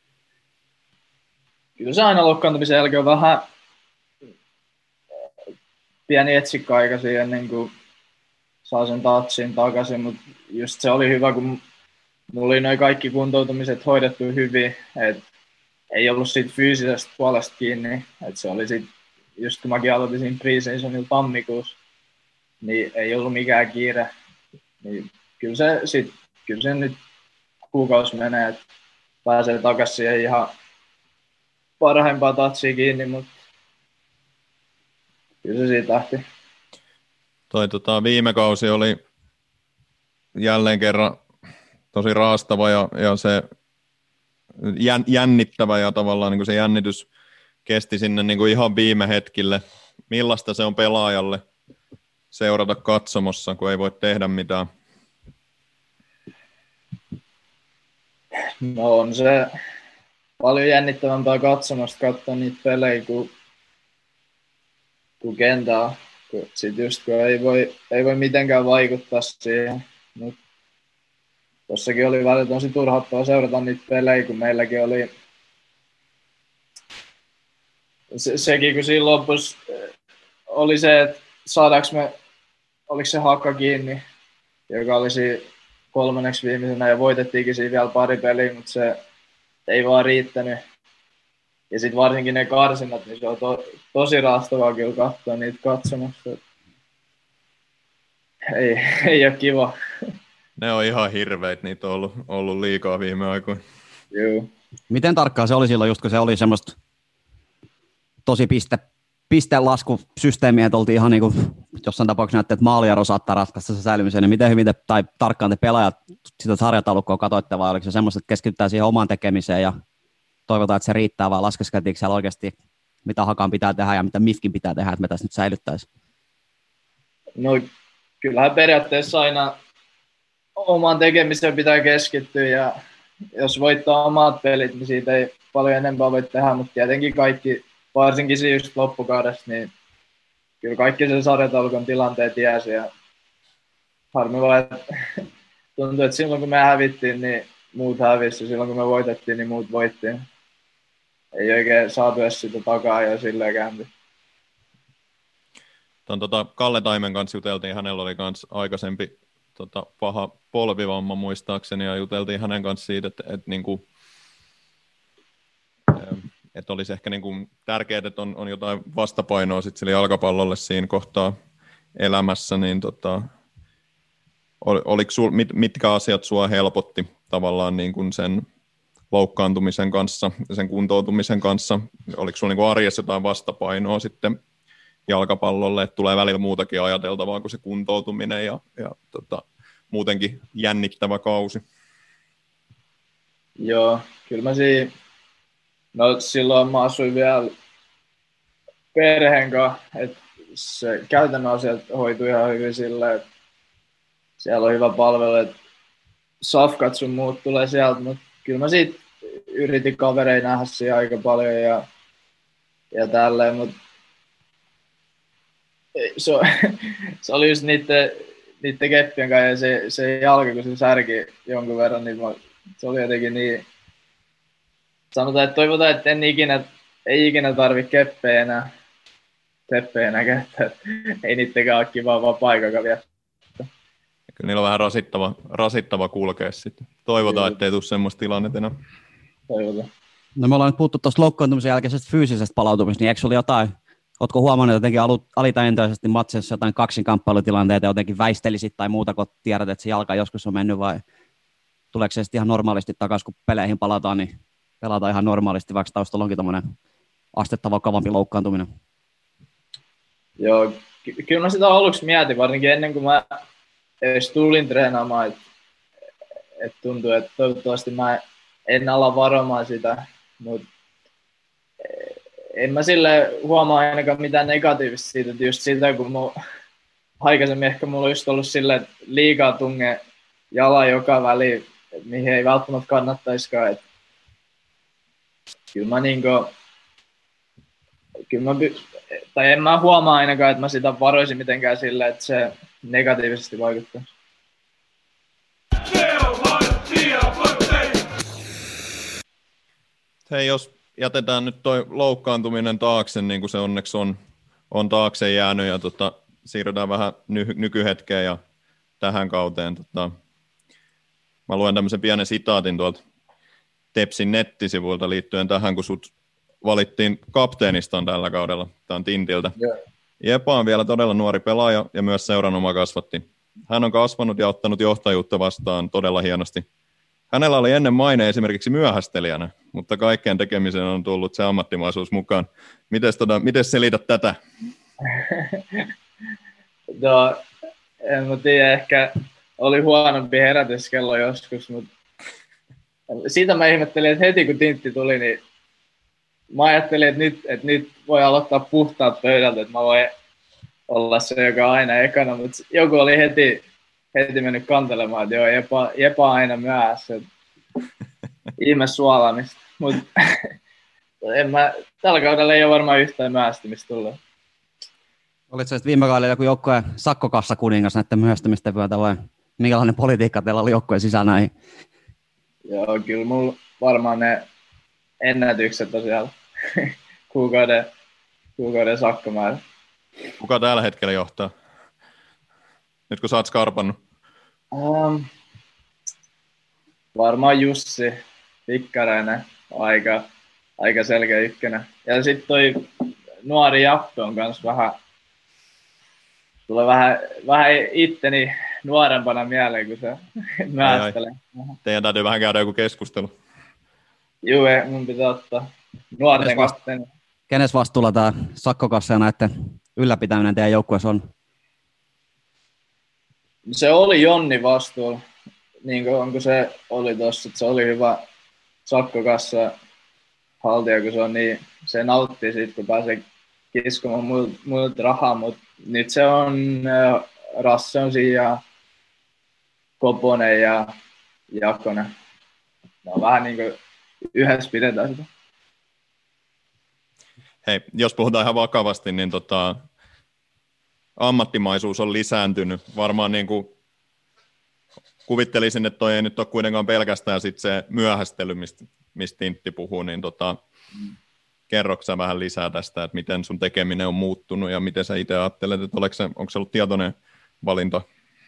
Kyllä se aina loukkaantumisen jälkeen on vähän pieni etsikko-aika siihen, ennen kuin saa sen touchin takaisin, mutta just se oli hyvä, kun mulla oli noin kaikki kuntoutumiset hoidettu hyvin, että ei ollut siitä fyysisestä puolesta kiinni, että se oli sit, just kun mäkin aloitin siinä pre-seasonilla tammikuussa, niin ei ollut mikään kiire, niin kyllä se nyt kuukausi menee, että pääsee takaisin siihen ihan parhaimpaa touchia kiinni, mutta kyllä se siitä lähti. Viime kausi oli jälleen kerran tosi raastava ja se jännittävä ja tavallaan niin kuin se jännitys kesti sinne niin kuin ihan viime hetkille. Millaista se on pelaajalle seurata katsomossa, kun ei voi tehdä mitään? No on se paljon jännittävämpää katsomasta katsoa niitä pelejä kuin kentää. Sitten just kun ei voi mitenkään vaikuttaa siihen. Mut tossakin oli välillä tosi turhauttavaa seurata niitä pelejä, kun meilläkin oli sekin, kun siinä lopussa oli se, että oliko se Haka kiinni, joka oli siinä kolmanneksi viimeisenä ja voitettiinkin siinä vielä pari peliä, mutta se ei vaan riittänyt. Ja sitten varsinkin ne karsinnat, niin se on tosi raastavaa kyllä katsoa niitä katsomassa. Ei ole kiva. Ne on ihan hirveitä, niitä on ollut liikaa viime aikoina. Joo. Miten tarkkaan se oli silloin, just kun se oli semmoista tosi pistelaskusysteemiä, että oltiin ihan niin kuin jossain tapauksessa näytti, että maaliaro saattaa ratkaista se säilymisen, niin miten hyvin tai tarkkaan te pelaajat sitä sarjataulukkoa katsoitte, vai oliko se semmoista, että keskitytään siihen omaan tekemiseen ja toivotaan, että se riittää, vai laskeskeltiinko siellä oikeasti, mitä Hakan pitää tehdä ja mitä Mifkin pitää tehdä, että me tässä nyt säilyttäisiin? No kyllähän periaatteessa aina omaan tekemiseen pitää keskittyä ja jos voittaa omat pelit, niin siitä ei paljon enempää voi tehdä, mutta tietenkin kaikki, varsinkin siinä just loppukaudesta, niin kyllä kaikki sen sarjataulukon tilanteet tiesi ja harmi vaan, että tuntuu, että silloin kun me hävittiin, niin muut hävisi ja silloin kun me voitettiin, niin muut voittiin. Ei oikein saatu edes sitä takaa ja silleen käänti. Kalle Taimen kanssa juteltiin, hänellä oli myös aikaisempi paha polvivamma muistaakseni ja juteltiin hänen kanssa siitä, että olisi ehkä niinku tärkeää, että on jotain vastapainoa sit sille jalkapallolle siinä kohtaa elämässä, niin mitkä asiat sua helpotti tavallaan niin kuin sen loukkaantumisen kanssa ja sen kuntoutumisen kanssa? Oliko sulla niin arjessa jotain vastapainoa sitten jalkapallolle, että tulee välillä muutakin ajateltavaa kuin se kuntoutuminen ja muutenkin jännittävä kausi? Joo, kyllä mä silloin mä asuin vielä perheen kanssa, että se käytännön asiat hoitui ihan hyvin silleen, että siellä on hyvä palvelu, että safkat sun muut tulee sieltä, mutta kyllä mä siitä yritin kavereita nähdä siinä aika paljon ja tälleen, mutta se oli just niiden keppien kanssa ja se jalka, kun se särki jonkun verran, niin se oli jotenkin niin sanotaan, että toivotaan, että ei ikinä tarvitse keppejä enää käyttää. Ei niittenkään ole kivaa vapaa-aikakaan vielä. Kyllä niillä on vähän rasittava kulkea sitten. Toivotaan, ettei tule semmoista tilannetta enää. Toivotaan. No me ollaan nyt puhuttu tuosta loukkaantumisen jälkeisestä fyysisestä palautumisesta, niin eikö sulla jotain, ootko huomannut jotenkin alitajuntaisesti matseissa jotain kaksinkamppailutilanteita, jotenkin väistelisit tai muuta, kun tiedät, että se jalka joskus on mennyt, vai tuleeko se sitten ihan normaalisti takaisin, kun peleihin palataan, niin pelataan ihan normaalisti, vaikka taustalla onkin tommoinen astetta vakavampi loukkaantuminen? Joo, kyllä mä sitä aluksi mietin, varsinkin ennen kuin mä edes tulin treenaamaan, että tuntuu, että toivottavasti mä en ala varomaan sitä, mutta en mä sille huomaa ainakaan mitään negatiivista siitä, että just siltä, kun aikaisemmin ehkä mulla on just ollut silleen, että liikaa tunge jala joka väliin, mihin ei välttämättä kannattaisikaan, että tai en mä huomaa ainakaan, että mä sitä varoisin mitenkään silleen, että se negatiivisesti vaikuttaa. Hei, jos jätetään nyt toi loukkaantuminen taakse, niin kuin se onneksi on taakse jäänyt, ja siirrytään vähän nykyhetkeen ja tähän kauteen. Mä luen tämmöisen pienen sitaatin tuolta Tepsin nettisivuilta liittyen tähän, kun sut valittiin kapteenistaan tällä kaudella. Tämä on Tintiltä. Yeah. Jepa on vielä todella nuori pelaaja ja myös seuran oma kasvatti. Hän on kasvanut ja ottanut johtajuutta vastaan todella hienosti. Hänellä oli ennen maine esimerkiksi myöhästelijänä, mutta kaikkeen tekemiseen on tullut se ammattimaisuus mukaan. Miten selität tätä? No, en mä tiedä, ehkä oli huonompi herätyskello joskus, mutta siitä mä ihmettelin, että heti kun Tintti tuli, niin mä ajattelin, että nyt voi aloittaa puhtaat pöydältä, että mä voin olla se, joka on aina ekana, mutta joku oli heti mennyt kantelemaan, että joo, Jepa on aina myöhässä. Ihme suolaamista. Mutta tällä kaudella ei ole varmaan yhtään myöhästymistä tullut. Olitko se viime kaudella joku joukkojen sakkokassa kuningas näiden myöhästymisten myötä vai minkälainen politiikka teillä oli joukkojen sisällä näihin? Joo, kyllä mulla varmaan ne ennätykset on siellä kuukauden sakkomäärä. Kuka tällä hetkellä johtaa? Nyt kun sä oot skarpannut. Varmaan Jussi Pikkareinen aika selkeä ykkönen. Ja sitten toi nuori Jappe on kans tulee vähän itteni nuorempana mieleen, kun se myöhästelee. Teidän täytyy vähän käydä joku keskustelu. Juu, mun pitää ottaa nuorten kanssa. Kenes vastuulla tämä sakkokassa ja näiden ylläpitäminen teidän joukkueessa on? Se oli Jonni vastuulla, niin kuin se oli tuossa, että se oli hyvä sakkokassa haltija, kun se on niin, se nauttii siitä, kun pääsee kiskomaan muilta rahaa, mutta nyt se on Rassonsi ja Koponen ja Jakonen. Ne on vähän niin kuin yhdessä pidetään sitä. Hei, jos puhutaan ihan vakavasti, niin ammattimaisuus on lisääntynyt. Varmaan niin kuin kuvittelisin, että toi ei nyt ole kuitenkaan pelkästään sit se myöhästely, mistä Tintti puhuu, niin kerroksä sä vähän lisää tästä, että miten sun tekeminen on muuttunut ja miten sä itse ajattelet, että onko se ollut tietoinen valinta?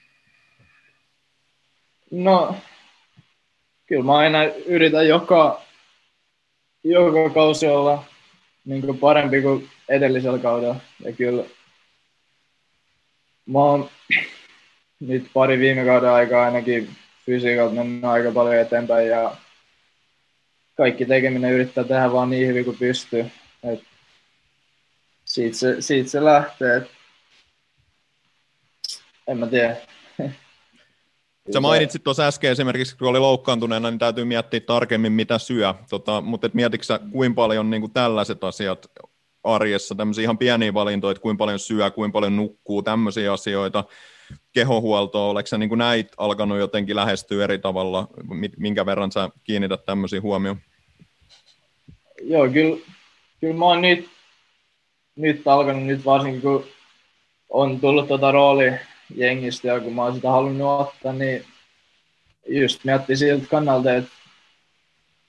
No, kyllä mä aina yritän joka kausi olla niin parempi kuin edellisellä kaudella. Ja kyllä mä oon nyt pari viime kauden aikaa ainakin fysiikalta mennyt aika paljon eteenpäin ja kaikki tekeminen yrittää tehdä vaan niin hyvin kuin pystyy. Et siitä se lähtee. En mä tiedä. Sä mainitsit tuossa äsken esimerkiksi, kun oli loukkaantuneena, niin täytyy miettiä tarkemmin, mitä syö. Mutta mietitkö sä, kuinka paljon niin kuin tällaiset asiat arjessa, tämmöisiä ihan pieniä valintoja, että kuinka paljon syö, kuinka paljon nukkuu, tämmöisiä asioita, kehohuoltoa, oletko sä niin kuin näitä alkanut jotenkin lähestyä eri tavalla, minkä verran sä kiinnität tämmöisiä huomioon? Joo, kyllä mä oon nyt alkanut, nyt varsinkin kun on tullut roolia jengistä ja kun mä oon sitä halunnut ottaa, niin just miettii siltä kannalta, että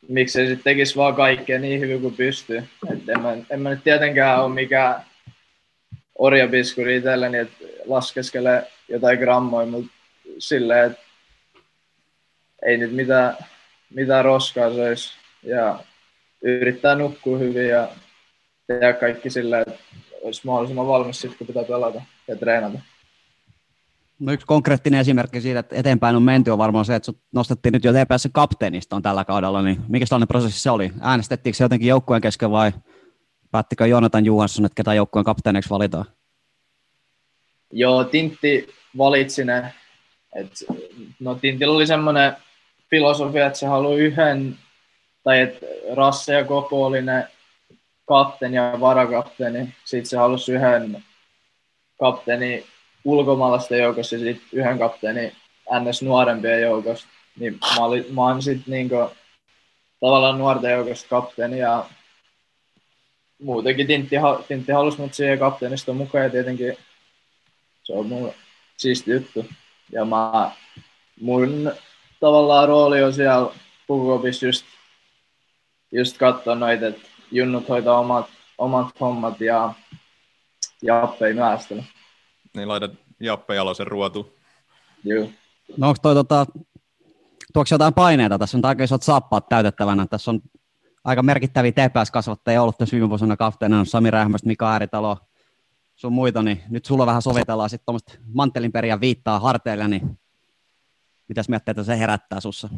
miksei sitten tekisi vaan kaikkea niin hyvin kuin pystyy. En mä nyt tietenkään ole mikään orjapiskuri itselleni, että laskeskelee jotain grammoja, mutta silleen, että ei nyt mitään roskaa söisi ja yrittää nukkua hyvin ja tehdä kaikki silleen, että olisi mahdollisimman valmis sitten, kun pitää pelata ja treenata. No yksi konkreettinen esimerkki siitä, että eteenpäin on menty, on varmaan se, että sut nostettiin nyt jo TPS:n kapteenista tällä kaudella, niin mikä sellainen prosessi se oli? Äänestettiinkö se jotenkin joukkueen kesken vai päättikö Joonatan Johansson, että ketä joukkueen kapteeniksi valitaan? Joo, Tintti valitsi ne. Tintillä oli semmoinen filosofia, että se haluaa yhden, tai että Rasse ja Kopo oli ne kapteeni ja varakapteeni. Sitten se halusi yhden kapteeni ulkomaalaisten joukossa ja sitten yhden kapteeni NS nuorempien joukosta. Niin mä oon sitten niinku tavallaan nuorten joukosta kapteeni ja muutenkin Tintti halusi mut siihen kapteenista mukaan ja tietenkin se on mun siisti juttu. Ja mun tavallaan rooli on siellä Pukukopissa just katsoa noita, että junnut hoitaa omat hommat ja Jappe ei myöstele. Niin laitat Jappe Jalosen ruotuun. Joo. No onko tuoksi jotain paineita? Tässä on aika isot saappaat täytettävänä. Tässä on aika merkittäviä TPS-kasvattajia ollut tässä viime vuosina kapteenina. Sami Rähmästä, Mika Ääritalo, sun muita, niin nyt sulla vähän sovitellaan sitten tuommoista manttelinperiä viittaa harteille, niin mitäs mietteitä se herättää sussa?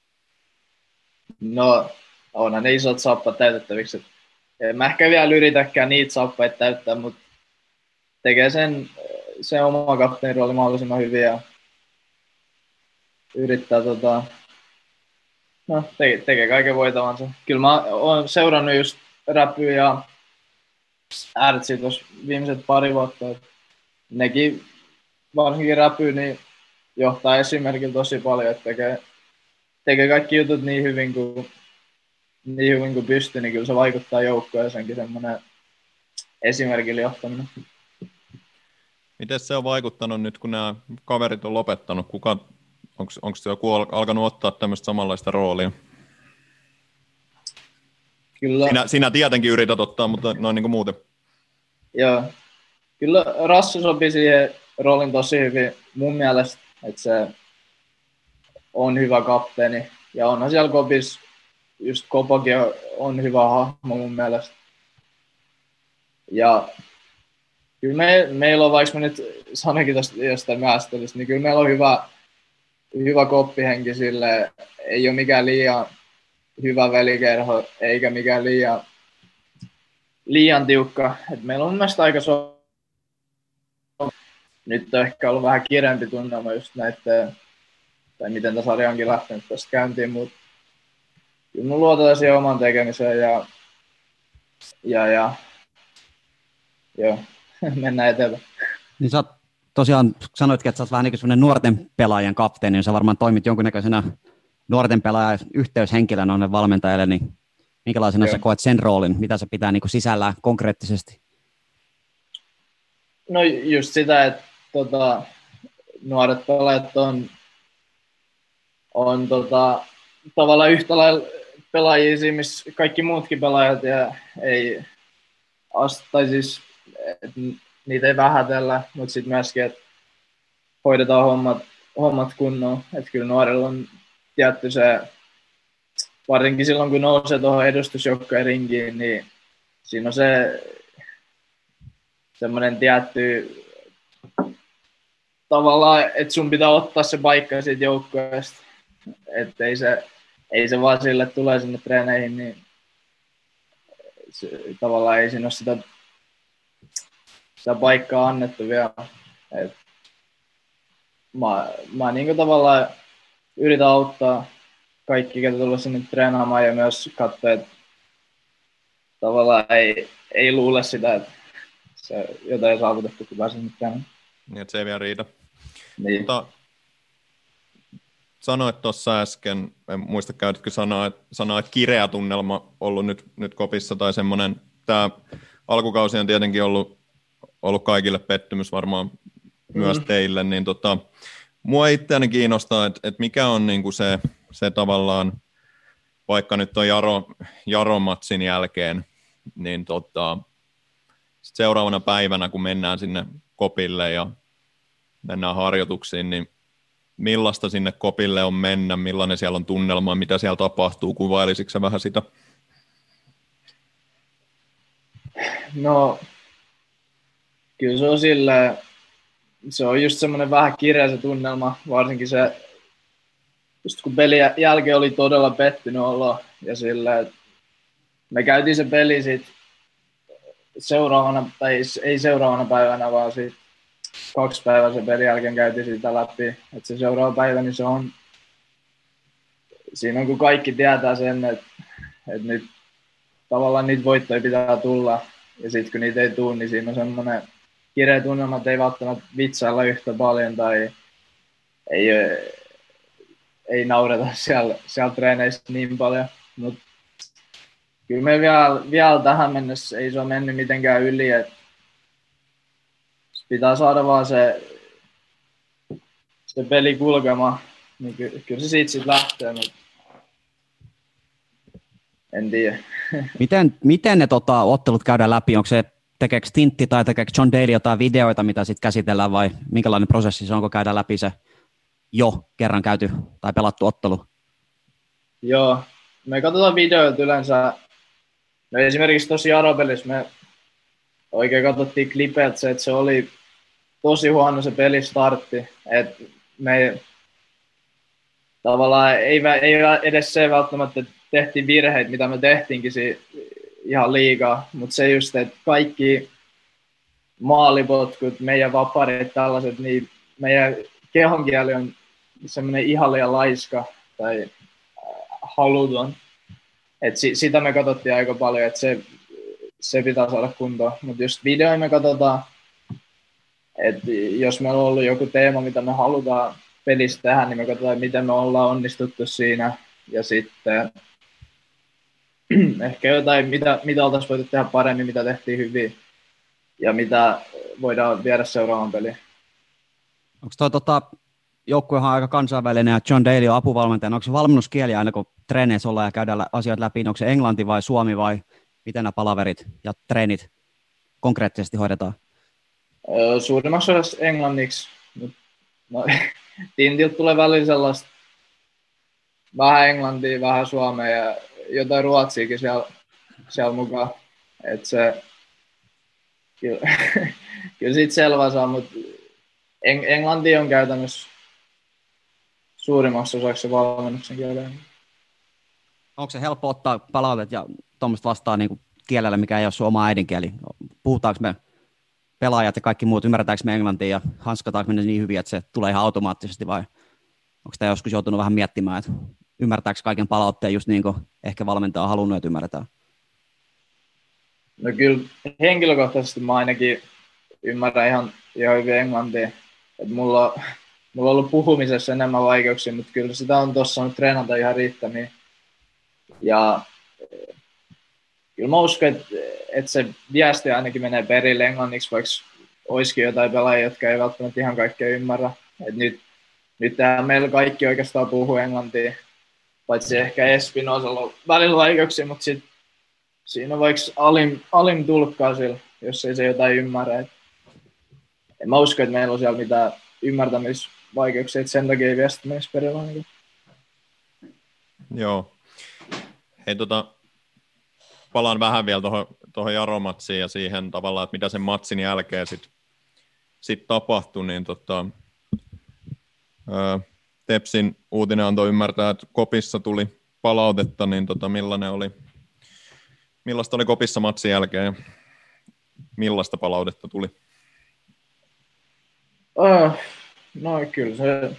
No, onhan ne isot saappaat täytettäviksi. En mä ehkä vielä yritäkään niitä saappaita täyttää, mutta tekee sen oma kapteenin rooli mahdollisimman hyvin ja yrittää tekee kaiken voitavansa. Kyllä mä oon seurannut just räpyä ja Ärtsiä tuossa viimeiset pari vuotta. Nekin varsinkin räpyä niin johtaa esimerkillä tosi paljon, että tekee kaikki jutut niin hyvin kuin pystyy, niin kyllä se vaikuttaa joukkueeseenkin semmoinen esimerkillä johtaminen. Miten se on vaikuttanut nyt, kun nämä kaverit on lopettanut? Onko joku alkanut ottaa tämmöistä samanlaista roolia? Kyllä. Sinä tietenkin yrität ottaa, mutta noin niin kuin muuten. Joo. Kyllä Rassu sopii siihen roolin tosi hyvin mun mielestä, että se on hyvä kapteeni. Ja onhan siellä Kopis, just Kopokin on hyvä hahmo mun mielestä. Ja kyllä meillä on, vaikka mä nyt sanoinkin tästä jostain mästelistä, niin kyllä meillä on hyvä koppihenki silleen. Ei ole mikään liian hyvä velikerho, eikä mikään liian tiukka. Et meillä on mun mielestä aika nyt on ehkä ollut vähän kireempi tunnelma just näiden, tai miten tämä sarja onkin lähtenyt tästä käyntiin, mutta kyllä mun luotetaan siihen oman tekemiseen ja joo, mennään eteenpäin. Niin sä tosiaan sanoitkin, että sä oot vähän niin kuin sellainen nuorten pelaajien kapteeni, niin sä varmaan toimit jonkunnäköisenä nuorten pelaajan yhteyshenkilönä onne valmentajalle, niin minkälaisena sä koet sen roolin? Mitä se pitää niin kuin sisällään konkreettisesti? No just sitä, että nuoret pelaajat on tavallaan yhtä lailla pelaajia siinä, missä kaikki muutkin pelaajat ja ei tai siis niitä ei vähätellä, mutta sitten myöskin, että hoidetaan hommat kunnolla. Että kyllä nuorilla on tietty se, varsinkin silloin kun nousee tuohon edustusjoukkojen ringiin, niin siinä on se semmoinen tietty tavallaan, että sun pitää ottaa se paikka siitä joukkueesta. Että ei se vaan sille, että tulee sinne treeneihin, niin tavallaan ei siinä ole sitä paikkaa annettu vielä. Mä niin kuin tavallaan yritän auttaa kaikki, ketä tulee sinne treenaamaan ja myös katsoa, että tavallaan ei luule sitä, että se jotain saavutettu, kun pääsee sinne treenaamaan. Niin, että se ei vielä riitä. Niin. Mutta sanoit tuossa äsken, en muista käytitkö sanaa, että kireä tunnelma ollut nyt Kopissa tai semmoinen, tämä alkukausi on tietenkin ollut kaikille pettymys varmaan myös teille, niin mua itseäni kiinnostaa, että mikä on niinku se tavallaan vaikka nyt on Jaron matsin jälkeen, niin sit seuraavana päivänä, kun mennään sinne kopille ja mennään harjoituksiin, niin millaista sinne kopille on mennä, millainen siellä on tunnelma, mitä siellä tapahtuu, kuvailisitko sä vähän sitä? No, kyllä se on silleen, se on just semmoinen vähän kireä se tunnelma, varsinkin se, just kun pelin jälkeen oli todella pettynyt olo, ja silleen, me käytiin se peli sit seuraavana, tai ei seuraavana päivänä, vaan sit 2 päivää sen pelin jälkeen käytiin sitä läpi, että se seuraava päivä, niin se on, siinä on kun kaikki tietää sen, että nyt tavallaan niitä voittoja pitää tulla, ja sitten kun niitä ei tule, niin siinä on semmoinen kireä tunnelma, että ei välttämättä vitsailla yhtä paljon, tai ei naureta siellä treeneissä niin paljon, mutta kyllä me vielä tähän mennessä ei se ole mennyt mitenkään yli, että pitää saada vaan se peli kulkemaan, niin kyllä se siitä sitten lähtee, mutta en tiedä. Miten ne ottelut käydään läpi? Onko se, tekeekö Tintti tai tekeekö John Daly jotain videoita, mitä sitten käsitellään, vai minkälainen prosessi se on, kun käydään läpi se jo kerran käyty tai pelattu ottelu? Joo, me katsotaan videoita yleensä. No esimerkiksi tuossa Jaropelissä me oikein katsottiin klipet se, että se oli tosi huono se pelistartti. Että me tavallaan ei edes se välttämättä, että tehtiin virheitä, mitä me tehtiinkin ihan liikaa. Mutta se just, että kaikki maalipotkut, meidän vaparit, tällaiset, niin meidän kehonkieli on semmoinen ihan liian laiska tai haluton. Et sitä me katsottiin aika paljon, että se pitää saada kuntoon. Mutta just videoja me katsotaan, että jos meillä on ollut joku teema, mitä me halutaan pelissä tehdä, niin me katsotaan, miten me ollaan onnistuttu siinä. Ja sitten ehkä jotain, mitä oltaisiin voitu tehdä paremmin, mitä tehtiin hyvin ja mitä voidaan viedä seuraavaan peliin. Onko joukkuehan aika kansainvälinen ja John Daly on apuvalmentajana? Onko se valmennuskieli aina, kun treeneissä ollaan ja käydään asioita läpi? Onko se englanti vai suomi vai miten nämä palaverit ja treenit konkreettisesti hoidetaan? Suurimmaksi osassa englanniksi. No, Tintiltä tulee välillä sellaista vähän englantia, vähän suomea ja jotain ruotsiakin siellä mukaan. Että se kyllä siitä selvä saa, mutta englanti on käytännössä suurimmaksi osaksi valmennuksen kielellä. Onko se helppo ottaa palautet ja tuommoista vastaan niin kuin kielellä, mikä ei ole sun oma äidinkieli? Puhutaanko me pelaajat ja kaikki muut, ymmärretäänkö me englantia ja hanskataanko me niin hyvin, että se tulee ihan automaattisesti vai onko tämä joskus joutunut vähän miettimään, että ymmärtääkö kaiken palautteen just niin kuin ehkä valmentaja on halunnut, että ymmärretään? No kyllä henkilökohtaisesti mä ainakin ymmärrän ihan hyvin englantia. Et mulla on ollut puhumisessa enemmän vaikeuksia, mutta kyllä sitä on tuossa saanut treenata ihan riittämiin. Ja kyllä mä uskon, että se viesti ainakin menee perille englanniksi, vaikka olisikin jotain pelaajia, jotka ei välttämättä ihan kaikkea ymmärrä. Et nyt meillä kaikki oikeastaan puhuu englantia, paitsi ehkä Espinoosalla on välillä vaikeuksia, mutta siinä on vaikka alim tulkkaa sillä, jos ei se jotain ymmärrä. En mä usko, että meillä on siellä mitään ymmärtämisvaikeuksia, että sen takia ei viesti menisi perille. Joo. Hei, palaan vähän vielä tuohon Jaro-matsiin ja siihen tavallaan, että mitä sen matsin jälkeen sit tapahtui, niin Tepsin uutinen antoi ymmärtää, että kopissa tuli palautetta, niin millaista oli kopissa matsin jälkeen ja millaista palautetta tuli? No kyllä se,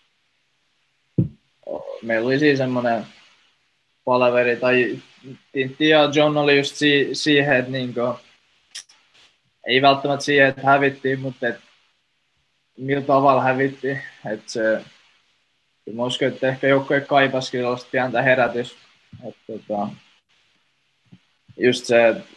meillä oli siis semmoinen palaveri, tai Tintti ja John oli just siihen, että niinku, ei välttämättä siihen, että hävittiin, mutta että millä tavalla hävittiin. Että se, mä uskon, että ehkä joukkue kaipasikin sellaista pientä herätys. Että just se, että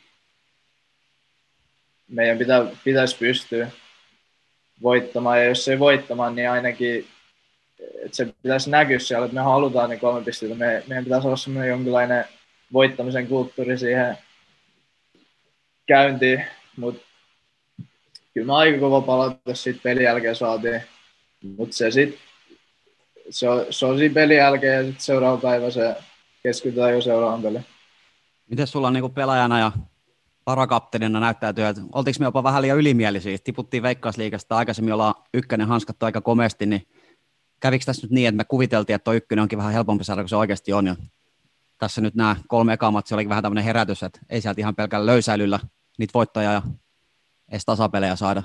meidän pitäisi pystyä voittamaan, ja jos ei voittamaan, niin ainakin että se pitäisi näkyä siellä, että me halutaan ne 3 pistettä. Meidän pitäisi olla semmoinen jonkinlainen voittamisen kulttuuri siihen käyntiin, mutta kyllä me aika kova palautus siitä pelin jälkeen saatiin, mutta se on siinä pelin jälkeen ja sitten seuraava päivä se keskitytään jo seuraavan peliin. Miten sulla niin kuin pelaajana ja varakapteenina näyttäytyy, että oltiinko me jopa vähän liian ylimielisiä? Tiputtiin Veikkausliigasta, aikaisemmin ollaan ykkönen hanskattu aika komeasti, niin kävikö tässä nyt niin, että me kuviteltiin, että tuo ykkönen onkin vähän helpompi saada kuin se oikeasti on? Ja tässä nyt nämä 3 ekaa matsia olikin vähän tämmöinen herätys, että ei sieltä ihan pelkällä löysäilyllä niitä voittoja ja edes tasapelejä saada.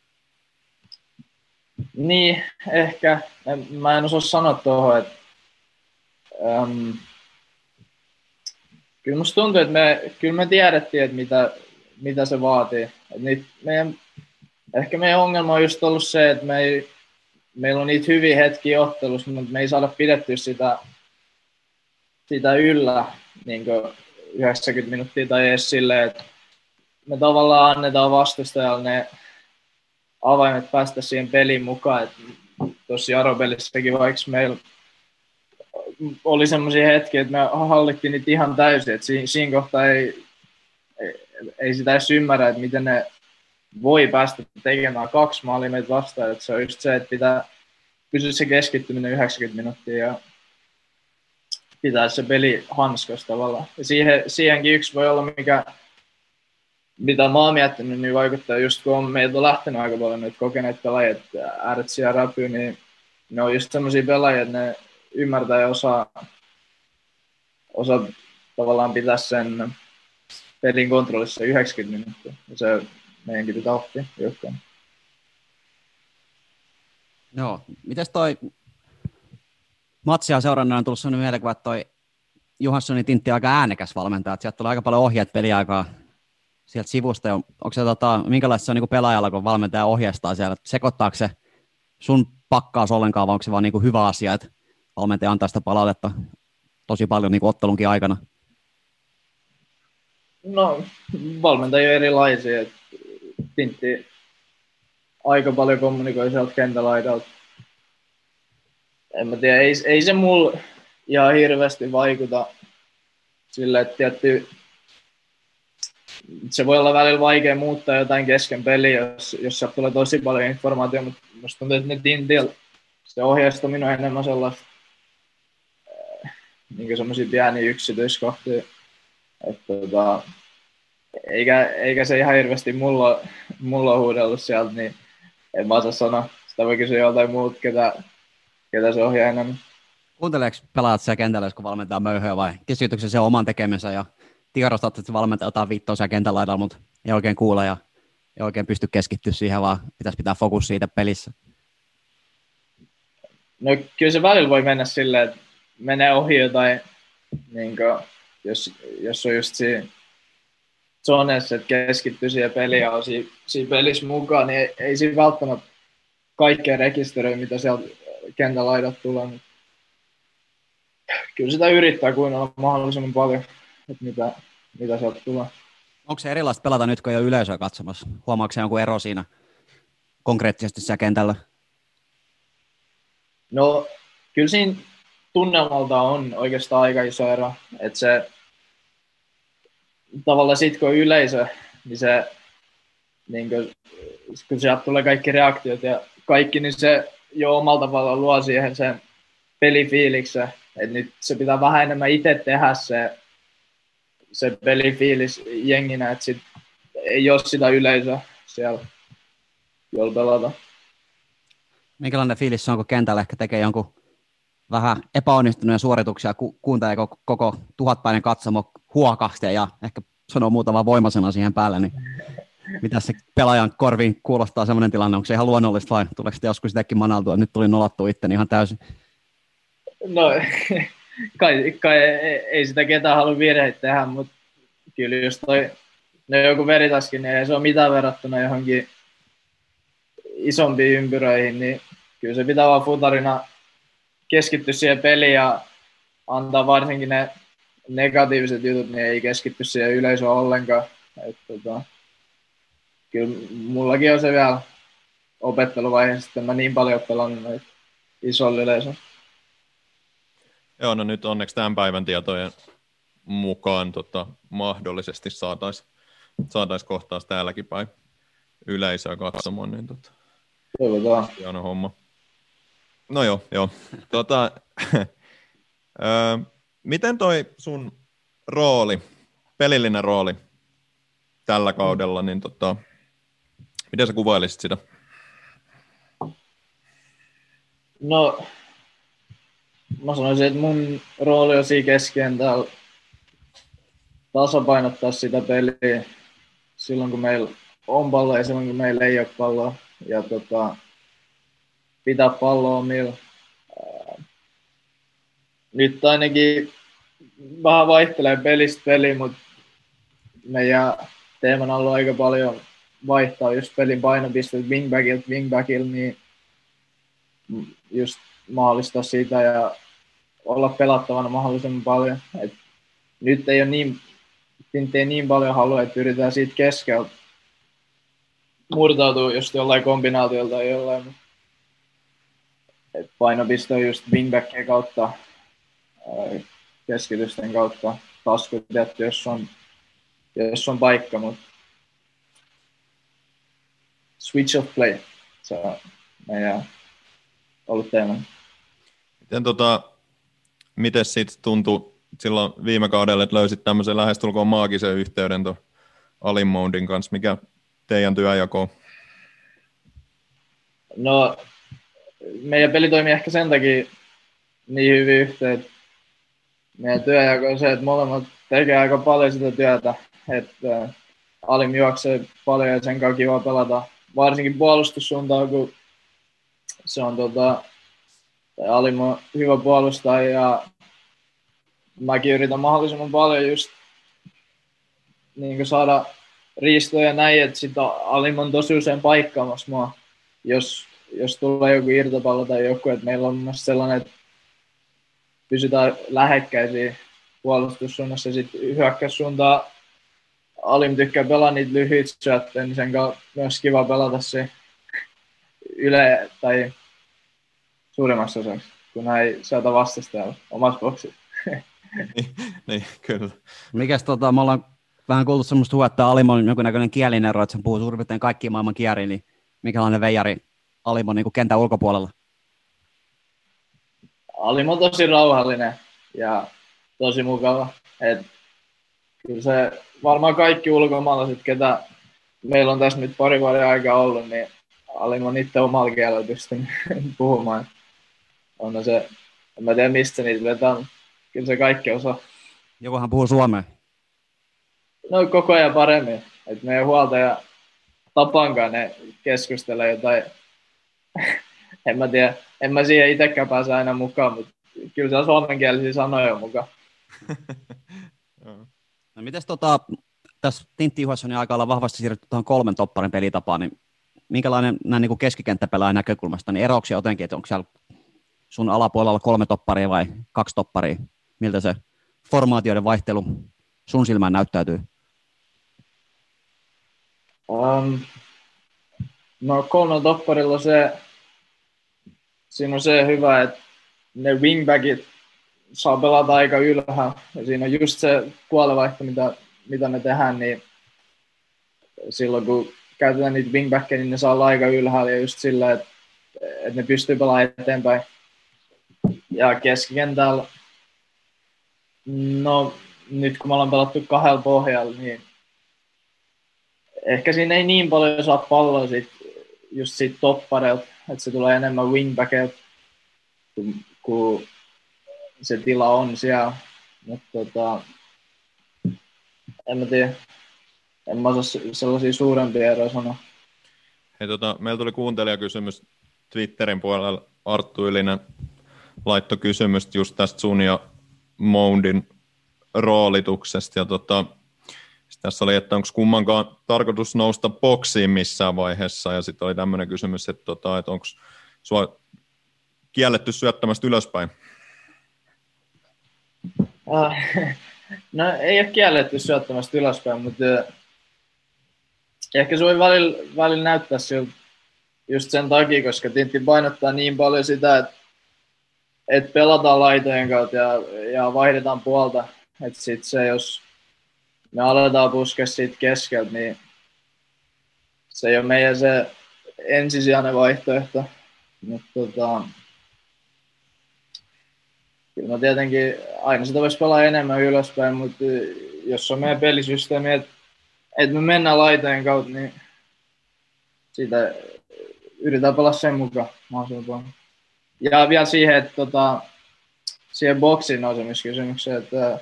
Niin, ehkä. Mä en osaa sanoa tuohon, että kyllä musta tuntuu, että me tiedettiin, että mitä se vaatii. Ehkä meidän ongelma on just ollut se, että meillä on niitä hyviä hetkiä ottelussa, mutta me ei saada pidettyä sitä yllä niin 90 minuuttia tai edes silleen, että me tavallaan annetaan vastustajalle ne avaimet päästä siihen peliin mukaan. Tuossa Jaro-pelissäkin, vaikka meillä oli semmoisia hetkiä, että me hallittiin niitä ihan täysin, että siinä kohtaa ei sitä edes ymmärrä, että miten ne voi päästä tekemään 2 maalia meitä vastaan. Että se on just se, että pitää pysyä se keskittyminen 90 minuuttia ja pitää se peli hanskassa tavallaan. Ja siihenkin yksi voi olla, mitä mä oon miettinyt, niin vaikuttaa just kun meiltä on lähtenyt aika paljon nyt kokeneet pelaajat, Ärtsi ja Räpy, niin ne on just semmoisia pelaajia, että ne ymmärtää ja osaa tavallaan pitää sen pelin kontrollissa 90 minuuttia. Ja se meidänkin pitää oppia joukkoon. Joo, mites toi matsia seurannut on tullut sellainen mielikuva, että toi Johanssonin Tintti on aika äänekäs valmentaja, että sieltä tulee aika paljon ohjeet peliaikaa sieltä sivusta. Onko se minkälaista se on niin pelaajalla, kun valmentaja ohjeistaa siellä? Sekoittaako se sun pakkaus ollenkaan, vai onko se vaan niin hyvä asia, että valmentaja antaa sitä palautetta tosi paljon niin ottelunkin aikana? No, valmentajia on erilaisia. Tintti aika paljon kommunikoi sieltä kentälaidalta. En mä tiedä, ei se mulla ihan hirveästi vaikuta sille, että tietty, se voi olla välillä vaikea muuttaa jotain kesken peliä, jos sieltä tulee tosi paljon informaatiota, mutta musta tuntuu, että Tintiltä se ohjeistaminen on enemmän sellaista niin semmoisia pieniä yksityiskohtia, että eikä se ihan hirveästi mulla huudellut sieltä, niin en mä osaa sanoa. Sitä voi kysyä joltain muut, ketä se ohjaa enemmän. Kuunteleeko pelaajat siellä kentällä, kun valmentaa möyhöä, vai keskitytkö se oman tekemensä ja tiedostat, että valmentaa jotain viittoa siellä kentän laidalla, mutta ei oikein kuule ja ei oikein pysty keskittyä siihen, vaan pitäisi pitää fokus siitä pelissä? No kyllä se välillä voi mennä silleen, että menee ohi jotain, niin kuin, jos on just siinä zonessa, että keskittyy siihen peliin ja on siinä pelissä mukaan, niin ei siinä välttämättä kaikkea rekisteröi, mitä sieltä kentän laidat tulee. Kyllä sitä yrittää kuunnella mahdollisimman paljon, että mitä sieltä tulee. Onko se erilaista pelata nyt, kun ei ole yleisöä katsomassa? Huomaatko se jonkun ero siinä konkreettisesti siellä kentällä? No, kyllä siinä tunnelmalta on oikeastaan aika iso ero. Että se tavallaan sit, kun on yleisö, niin se, niin kun sieltä tulee kaikki reaktiot ja kaikki, niin se jo omalla tavallaan luo siihen sen pelifiiliksen. Että nyt se pitää vähän enemmän itse tehdä se pelifiilis jenginä, että sit ei ole sitä yleisöä siellä, jolla pelata. Minkälainen fiilis se on, kun kentällä ehkä tekee jonkun vähän epäonnistuneen suorituksia, kuuntelee koko 1000-päinen katsomo huokahtaa ja ehkä sanoo muutama voimasana siihen päälle, niin mitä se pelaajan korviin kuulostaa semmoinen tilanne? Onko se ihan luonnollista vai tuleeko sitä joskus sitäkin manaltua, että nyt tuli nolattua itteni ihan täysin? No, kai ei sitä ketään halua virheitä tehdä, mutta kyllä jos joku veritaskin, niin ei se ole mitään verrattuna johonkin isompiin ympyröihin, niin kyllä se pitää vaan futarina keskittyä siihen peliin ja antaa varsinkin ne negatiiviset jutut, niin ei keskitty siihen yleisöön ollenkaan. Kyllä mullakin on se vielä opetteluvaiheessa, että mä niin paljon pelannut noita isolla yleisöllä. Joo, no nyt onneksi tämän päivän tietojen mukaan mahdollisesti saatais kohtaa täälläkin päin yleisöä katsomaan, niin Toivotaan. hieno homma. No joo. Miten toi sun rooli, pelillinen rooli tällä kaudella, niin miten sä kuvailisit sitä? No, mä sanoisin, että mun rooli on siinä keskikentällä tasapainottaa sitä peliä silloin, kun meillä on pallo ja silloin, kun meillä ei ole palloa. Ja pitää palloa omilla. Nyt ainakin vähän vaihtelee pelistä peliin, mutta meidän teemana on ollut aika paljon vaihtaa just pelin painopisteet wingbackilta, niin just mahdollistaa sitä ja olla pelattavana mahdollisimman paljon. Et nyt ei ole niin paljon halua, että yritetään siitä keskeltä murtautua just jollain kombinaatiolla tai jollain. Et painopiste on just wingbackien kautta, keskitysten kautta, taskut tietty, jos on paikka, mutta switch of play, se on meidän ollut teema. Miten siitä tuntui silloin viime kaudella, että löysit tämmöisen lähestulkoon maagisen yhteyden tuon Alimmoundin kanssa? Mikä teidän työnjako on? No, meidän peli toimii ehkä sen takia niin hyvin yhteen. Meidän työjako on se, että molemmat tekee aika paljon sitä työtä. Että Alim juoksee paljon ja sen kanssa kiva pelata. Varsinkin puolustussuuntaan, kun se on Alim on hyvä puolustaja ja mäkin yritän mahdollisimman paljon just niin saada riistoja näin, että sit Alim on tosi usein paikkaamassa mua, jos tulee joku irtopallo tai joku, että meillä on myös sellainen, että pysytään lähekkäisiä puolustussuunnassa ja sitten hyökkäyssuuntaan Alim tykkää pelaa niitä lyhyitä syöttöjä, niin sen kanssa myös kiva pelata se tai suurimmassa osaksi, kun hän ei syötä vastustajalle omassa boksissa. niin, kyllä. Mikäs me ollaan vähän kuultu semmoista huolta, että Alim on jonkunnäköinen kielinen ero, että se puhuu suurin piirtein kaikkiin maailman kieliin, niin minkälainen veijari Alim on niin kuin kentän ulkopuolella? Alim on tosi rauhallinen ja tosi mukava. Kyllä se varmaan kaikki ulkomaalaiset, ketä meillä on tässä nyt pari vuoden aikaa ollut, niin Alim on itse omalla kielellä pystynyt puhumaan. On se, en mä tiedä mistä niitä vetää, kyllä se kaikki osaa. Jokohan puhuu suomea? No koko ajan paremmin. Et meidän huoltaja Tapankaan ne keskustelee jotain, en mä tiedä, en mä siihen itsekään pääse aina mukaan, mutta kyllä se on suomenkielisiä sanoja mukaan. No mites tässä Tintti Juhassonin aikaa ollaan vahvasti siirrytty tuohon 3 topparin pelitapaan, niin minkälainen näin niin keskikenttäpelaajan näkökulmasta, niin eroksi jotenkin, että onko siellä sun alapuolella 3 topparia vai 2 topparia? Miltä se formaatioiden vaihtelu sun silmään näyttäytyy? No 3 topparilla siinä on se hyvä, että ne wingbackit saa pelata aika ylhäällä. Ja siinä on just se puolenvaihto, mitä me tehdään, niin silloin kun käytetään niitä wingbackeja, niin ne saa olla aika ylhäällä ja just sillä, että ne pystyy pelaamaan eteenpäin. Ja keskikentällä, no nyt kun me ollaan pelattu 2 pohjalla, niin ehkä siinä ei niin paljon saa palloa just siitä toppareilta, että se tulee enemmän wingbackilta, kun se tila on siellä. Mutta en mä tiedä, en mä osaa sellaisia suurempia eroja sanoa. Hei, meillä tuli kuuntelijakysymys Twitterin puolella. Arttu Ylinen laittoi kysymystä just tästä sun ja Moundin roolituksesta. Ja tässä oli, että onko kummankaan tarkoitus nousta boksiin missään vaiheessa. Ja sitten oli tämmöinen kysymys, että onko sua kielletty syöttämästä ylöspäin? No ei ole kielletty syöttämästä ylöspäin, mutta ehkä se voi välillä näyttää siltä just sen takia, koska Tintti painottaa niin paljon sitä, että että pelataan laitojen kautta ja vaihdetaan puolta. Että sit se, jos me aletaan puskea siitä keskeltä, niin se ei ole meidän se ensisijainen vaihtoehto. Mutta kyllä mä tietenkin aina sitä voisi pelaa enemmän ylöspäin, mutta jos on meidän pelisysteemi, että me mennään laitojen kautta, niin siitä yritetään pelaa sen mukaan mahdollisimman. Ja vielä siihen, että siihen boksin nousemiskysymykseen, että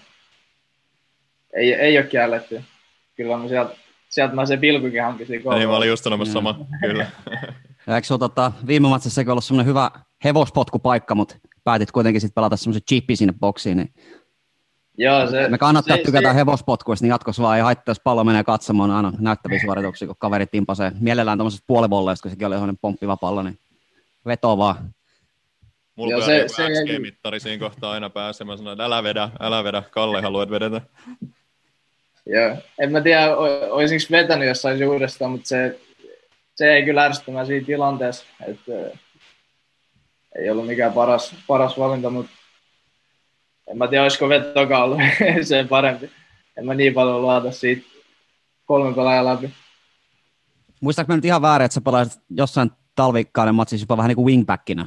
ei ole kielletty. Kyllä mä sieltä mä se pilkukin hankisin. Niin, mä olin just sanomassa sama, kyllä. Ja eikö sulla viime matsissa ollut semmoinen hyvä hevospotkupaikka, mutta päätit kuitenkin sitten pelata semmoisen chippi sinne boksiin, niin joo, me kannattaa tykätä hevospotkuista, niin jatkossa vaan ei haittaa, jos pallo menee katsomaan aina näyttäviä suorituksia, kun kaverit timpasee. Mielellään tuommoisesta puolivolleista, kun sekin oli sellainen pomppiva pallo, niin vetoo vaan. Mulla pyörii joku XG-mittari siinä kohtaa aina päässä. Mä sanoin, että älä vedä. Kalle haluat vedetä. Joo, en mä tiedä, olisinko vetänyt jos saisi uudestaan, mutta se ei kyllä ärsyttämään siinä tilanteessa. Että ei ollut mikään paras valinta, mutta en mä tiedä, olisiko vetokaan ollut sen parempi. En mä niin paljon luota siitä 3 pelaajan läpi. Muistaaks mä nyt ihan väärin, että sä pelaisit jossain talvikauden matsissa jopa vähän niin kuin wingbackina?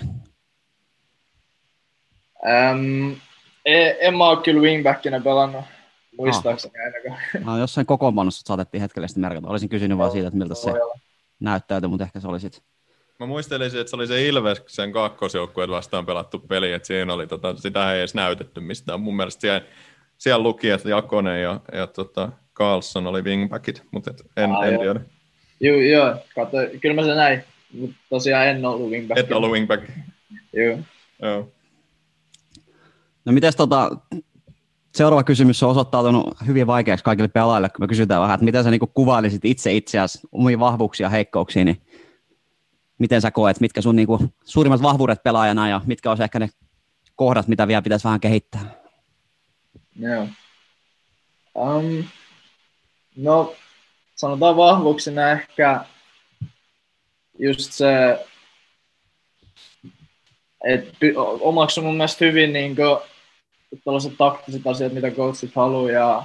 En mä oo kyllä wingbackina pelannut, muistaakseni ainakaan. No, jossain kokoonpanossa saatettiin hetkellisesti merkata. Olisin kysynyt vaan siitä, että miltä se näyttäytyi, mutta ehkä se oli sit. Mä muistelisin, että se oli se Ilveksen kakkosjoukkueet vastaan pelattu peli, että siinä oli, sitä ei edes näytetty mistään. Mun mielestä siellä luki, että Jakonen ja Karlsson oli wingbackit, mutta en tiedä. Joo, katso, kyllä mä se näin, mutta tosiaan en ollut wingback. Et ollut wingback. Joo. No mites seuraava kysymys on osoittautunut hyvin vaikeaksi kaikille pelaajille, kun me kysytään vähän, että miten sä niinku kuvailisit itseäsi, omia vahvuuksia ja heikkouksia, niin miten sä koet, mitkä sun niinku suurimmat vahvuudet pelaajana ja mitkä olisi ehkä ne kohdat, mitä vielä pitäisi vähän kehittää? Joo. No, sanotaan vahvuuksina ehkä just se, että omaksu mun mielestä hyvin niin tällaiset taktiset asiat, mitä coachit haluaa ja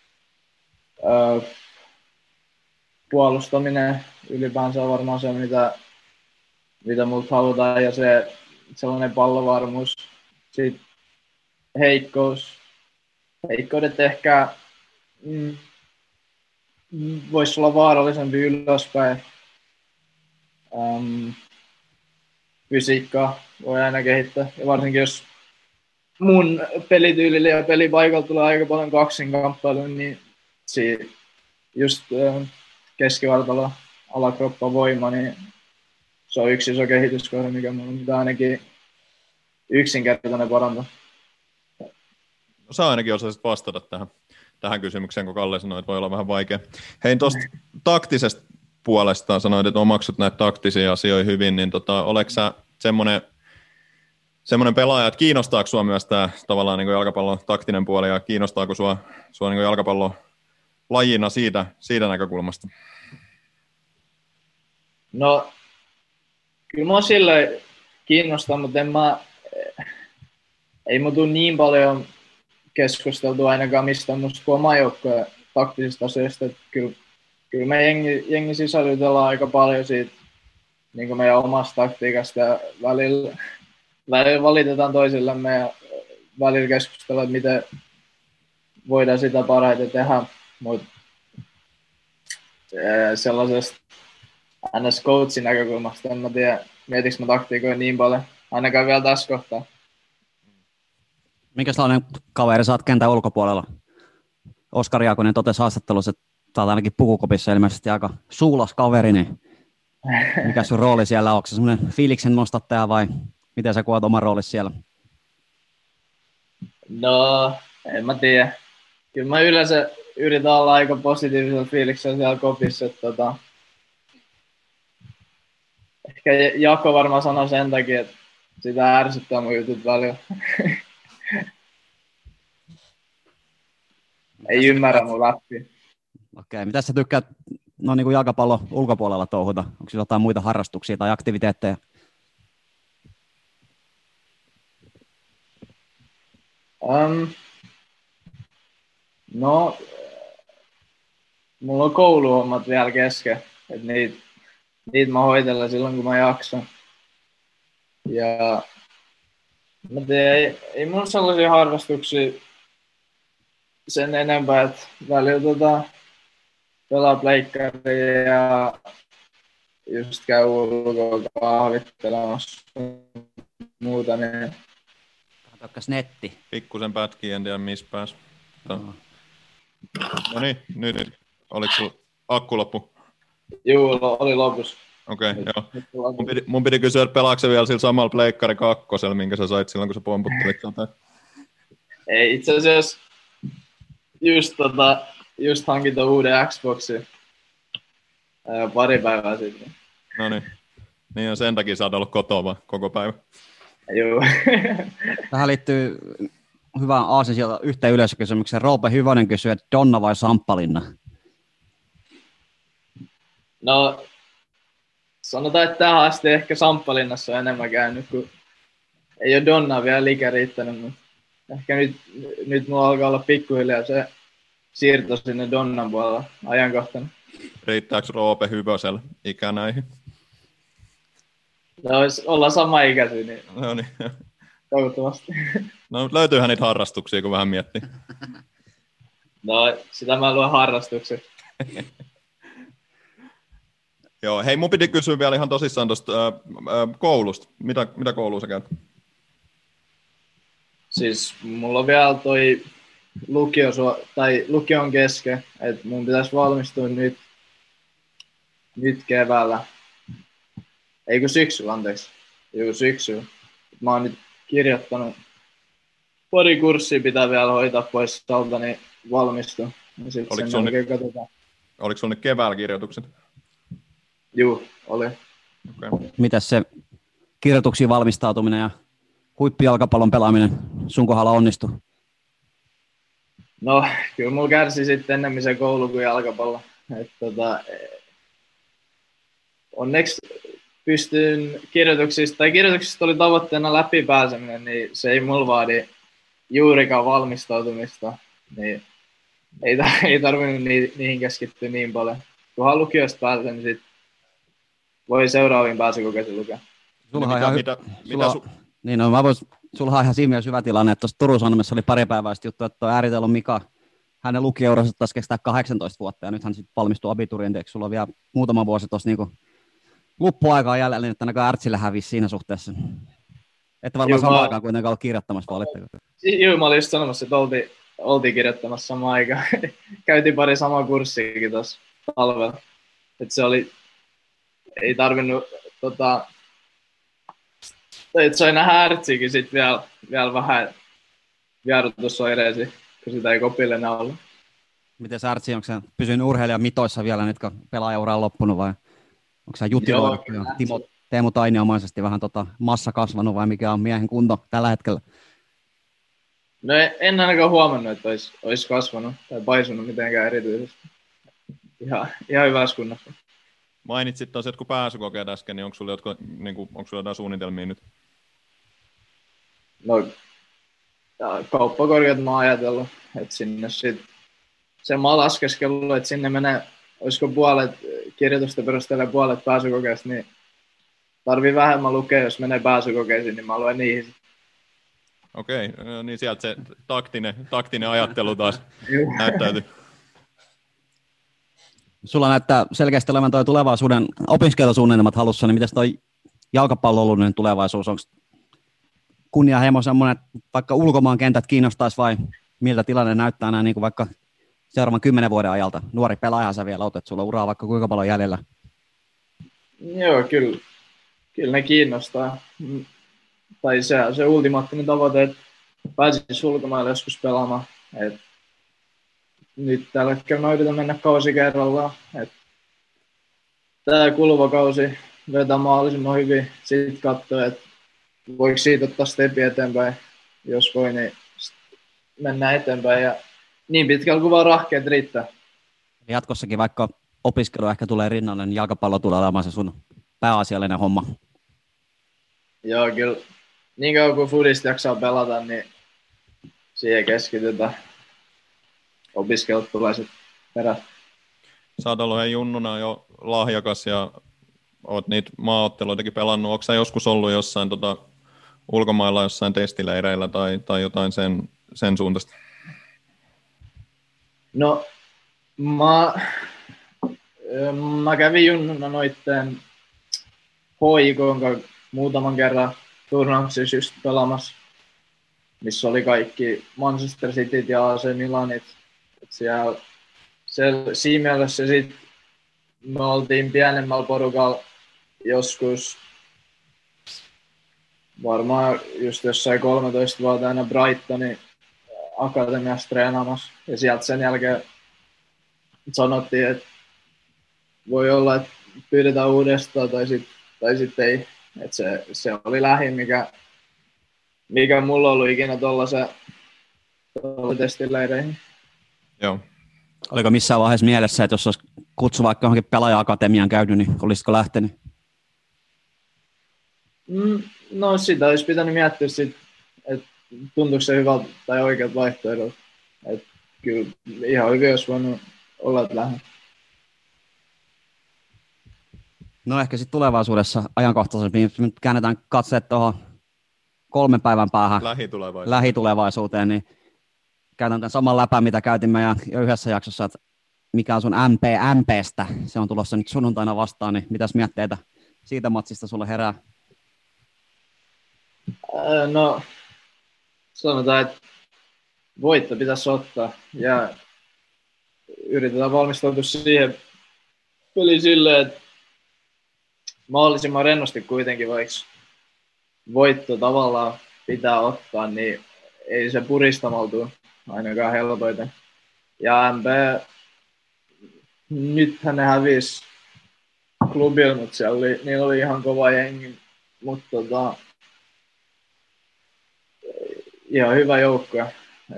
puolustaminen ylipäänsä on varmaan se, mitä multa halutaan ja se sellainen pallovarmuus. Sitten heikkoudet ehkä voisi olla vaarallisempi ylöspäin. Fysiikkaa voi aina kehittää. Ja varsinkin jos mun pelityylille ja pelipaikalla tulee aika paljon kaksinkamppailuja, niin just keskivartalo, alakroppa, voima, niin se on yksi iso kehityskohde, mikä mun pitää ainakin yksinkertainen parantaa. No, sä ainakin osaisit vastata tähän kysymykseen, kun Kalle sanoi, että voi olla vähän vaikea. Hei, tuosta taktisesta puolestaan sanoit, että omaksut näitä taktisia asioita hyvin, niin oletko sä semmoinen pelaaja, että kiinnostaako sua myös tämä tavallaan niin jalkapallon taktinen puoli ja kiinnostaako sua niin jalkapallon lajina siitä näkökulmasta? No, kyllä mä silleen kiinnostaa, mutta ei mun tule niin paljon keskusteltu ainakaan mistään musta kuin oman joukkojen taktisista asioista. Kyllä me jengi sisällytellään aika paljon siitä niin meidän omasta taktiikasta ja välillä valitetaan toisillemme ja välillä keskustellaan, että miten voidaan sitä parhaiten tehdä, mutta sellaisesta NS-coachin näkökulmasta en mä tiedä, mietinkö mä taktiikoin niin paljon, ainakaan vielä tässä kohtaa. Minkä sellainen kaveri sä oot kentän ulkopuolella? Oskari Jaakonen totesi haastattelussa, että sä oot ainakin pukukopissa ilmeisesti aika suulas kaveri, niin mikä sun rooli siellä on? Onko se semmoinen fiiliksen nostattaja vai miten sä kuvat oman roolisi siellä? No, en mä tiedä. Kyllä mä yleensä yritän olla aika positiivisella fiiliksellä siellä kopissa. Ehkä Jako varmaan sanoi sen takia, että sitä ärsyttää mun jutut välillä. Ei ymmärrä mun läppiä. Okei, mitä sä tykkäät niin kuin jalkapallon ulkopuolella touhuta? Onko jotain muita harrastuksia tai aktiviteetteja? No, mulla on kouluhommat vielä kesken, että niitä mä hoitelen silloin, kun mä jaksan. Ja mä tiedän, ei mulla sellaisia harrastuksia sen enempää, että välillä pelaa pleikkaria ja just käy ulkoa kahvittelemassa muuta. Niin... Katsokas netti. Pikkusen pätkiä, en tiedä missä pääs. No niin, nyt. Oliko sulla akku loppu? Juu, oli lopussa. Okei, joo. Mun piti kysyä, että pelaatko vielä sillä samalla pleikkari kakkosella, minkä sä sait silloin, kun sä pomputtelit jotain? Ei, itse asiassa just hankin ton uuden Xboxin pari päivää sitten. No niin ja sen takia sä oot ollut kotoa vaan koko päivä. Joo. Tähän liittyy hyvään aasinsilta yhteen yleisökysymykseen. Roope Hyvönen kysyy, että Donna vai Samppalinna? No, sanotaan, että tähän asti ehkä Samppalinnassa on enemmän käynyt, kun ei ole Donnaa vielä liikä riittänyt, mutta ehkä nyt mulla alkaa olla pikkuhiljaa se siirto sinne Donnan puolella ajankohtana. Riittääkö Roope Hyvösellä ikä näihin? No, ollaan sama ikäisiä, niin No niin. toivottavasti. No löytyyhän niitä harrastuksia, kun vähän miettii. No, sitä mä luen harrastuksen. Joo, hei, mun piti kysyä vielä ihan tosissaan tuosta koulusta. Mitä koulua sä käyt? Siis mulla on vielä toi lukion kesken, että mun pitäisi valmistua nyt keväällä. Eikö syksyllä, anteeksi. Joo, syksyllä. Mä oon nyt kirjoittanut pari kurssia, pitää vielä hoitaa pois alta, niin valmistua. Ja sit Oliko sulla nyt keväällä kirjoitukset? Juu, oli. Okay. Mitäs se kirjoituksiin valmistautuminen ja huippujalkapallon pelaaminen sun kohdalla onnistuu? No, kyllä mulla kärsi sitten ennemmin se koulu kuin jalkapallo. Onneksi pystyin kirjoituksista oli tavoitteena läpipääseminen, niin se ei mulla vaadi juurikaan valmistautumista. Niin ei tarvinnut niihin keskittyä niin paljon. Kunhan lukiosta pääsen, niin sit voi seuraaviin pääsykokeisiin lukea. Sulla on ihan siinä mielessä hyvä tilanne, että tuossa Turun Sanomissa oli pari päivää sitten juttu, että tuo Ääritalon Mika, hänen lukio-uransa taas kestää 18 vuotta, ja nyt hän sitten valmistuu abiturientiksi. Sulla on vielä muutama vuosi tuossa niinku luppuaikaa jäljellä, niin että ainakaan Ärtsillä hävisi siinä suhteessa. Että varmaan samaan aikaan kuitenkaan ollut kirjoittamassa, valitteko? Joo, mä olin just sanomassa, että oltiin kirjoittamassa samaan aikaan. Käytiin pari samaa kurssiakin tuossa talvella. Että se oli, ei tarvinnut, että sai nähdä Ärtsiäkin sitten vielä vähän vierotusoireisiä, kun sitä ei kopille enää ollut. Miten Ärtsi, onko se pysynyt urheilijan mitoissa vielä nyt, kun pelaajaura on loppunut, vai onko se jutiloidut ja Teemu Tainiomaisesti vähän massa kasvanut, vai mikä on miehen kunto tällä hetkellä? No en ainakaan huomannut, että olisi kasvanut tai paisunut mitenkään erityisesti. Ihan hyvässä kunnossa. Mainitsit tosiaan, että kun pääsykokeet äsken, niin onko sulla jotain suunnitelmia nyt? No, kauppakorjat mä oon ajatellut, että sinne sitten sen mä oon laskeskellut, että sinne menee, olisiko puolet kirjoitusta perusteella puolet pääsykokeista, niin tarvii vähemmän lukea, jos menee pääsykokeisiin, niin mä luen niihin. Okei, niin sieltä se taktinen ajattelu taas näyttäytyy. Sulla näyttää selkeästi olevan tuo tulevaisuuden opiskelusuunnitelmat halussa, niin mitäs toi jalkapallollinen tulevaisuus? Onko kunnianhimo semmoinen, että vaikka ulkomaan kentät kiinnostaisi vai miltä tilanne näyttää näin niin kuin vaikka seuraavan 10 vuoden ajalta? Nuori pelaaja sä vielä olet, että sulla uraa vaikka kuinka paljon jäljellä. Joo, kyllä ne kiinnostaa. Tai se ultimaattinen tavoite, että pääsisi ulkomaille joskus pelaamaan. Nyt tällä hetkellä mä yritän mennä kausi kerrallaan. Tämä kuluva kausi vetää mahdollisimman hyvin. Sitten katsoa, että voiko siitä ottaa stepi eteenpäin. Jos voi, niin mennään eteenpäin. Ja niin pitkällä kuin vaan rahkeet riittää. Jatkossakin, vaikka opiskelu ehkä tulee rinnalle, niin jalkapallo tulee olemaan se sun pääasiallinen homma. Joo, kyllä. Niin kauan kuin foodista jaksaa pelata, niin siihen keskitytään. Opiskelut tulee sitten perässä. Sä oot ollut junnuna jo lahjakas ja oot niitä maaotteluitakin pelannut. Onko sä joskus ollut jossain ulkomailla jossain testileireillä tai jotain sen suuntaista? No, mä kävin junnuna noitten HIK:n muutaman kerran turnauksissa just pelaamassa, missä oli kaikki Manchester Cityt ja AC Milanit. Siinä mielessä sit me oltiin pienemmällä porukalla joskus varmaan just jossain 13-vuotiaana Brightonin akatemiassa treenaamassa. Ja sieltä sen jälkeen sanottiin, että voi olla, että pyydetään uudestaan tai sitten ei. Että se oli lähin, mikä mulla on ollut ikinä tuollaisen testileireihin. Joo. Oliko missään vaiheessa mielessä, että jos olisi kutsu vaikka johonkin pelaaja-akatemiaan käynyt, niin olisitko lähtenyt? No sitä olisi pitänyt miettiä, että tuntuuko se hyvältä tai oikealta vaihtoehdolta. Että kyllä ihan hyvin olisi voinut olla, että lähden. No ehkä sitten tulevaisuudessa ajankohtaisemmin, nyt käännetään katseet tuohon 3 päivän päähän lähitulevaisuuteen, niin käytän tämän saman läpän, mitä käytimme jo yhdessä jaksossa, että mikä on sun MPstä, se on tulossa nyt sunnuntaina vastaan, niin mitäs mietteitä siitä matsista sulle herää? No, sanotaan, että voitto pitäisi ottaa ja yritetään valmistautua siihen peliin silleen, että mahdollisimman rennosti kuitenkin, vaikka voitto tavallaan pitää ottaa, niin ei se puristamaltu ainakaan helpoiten. Ja MP, nythän ne hävisi klubilla, mutta niillä oli ihan kova jengi, mutta ihan hyvä joukkue.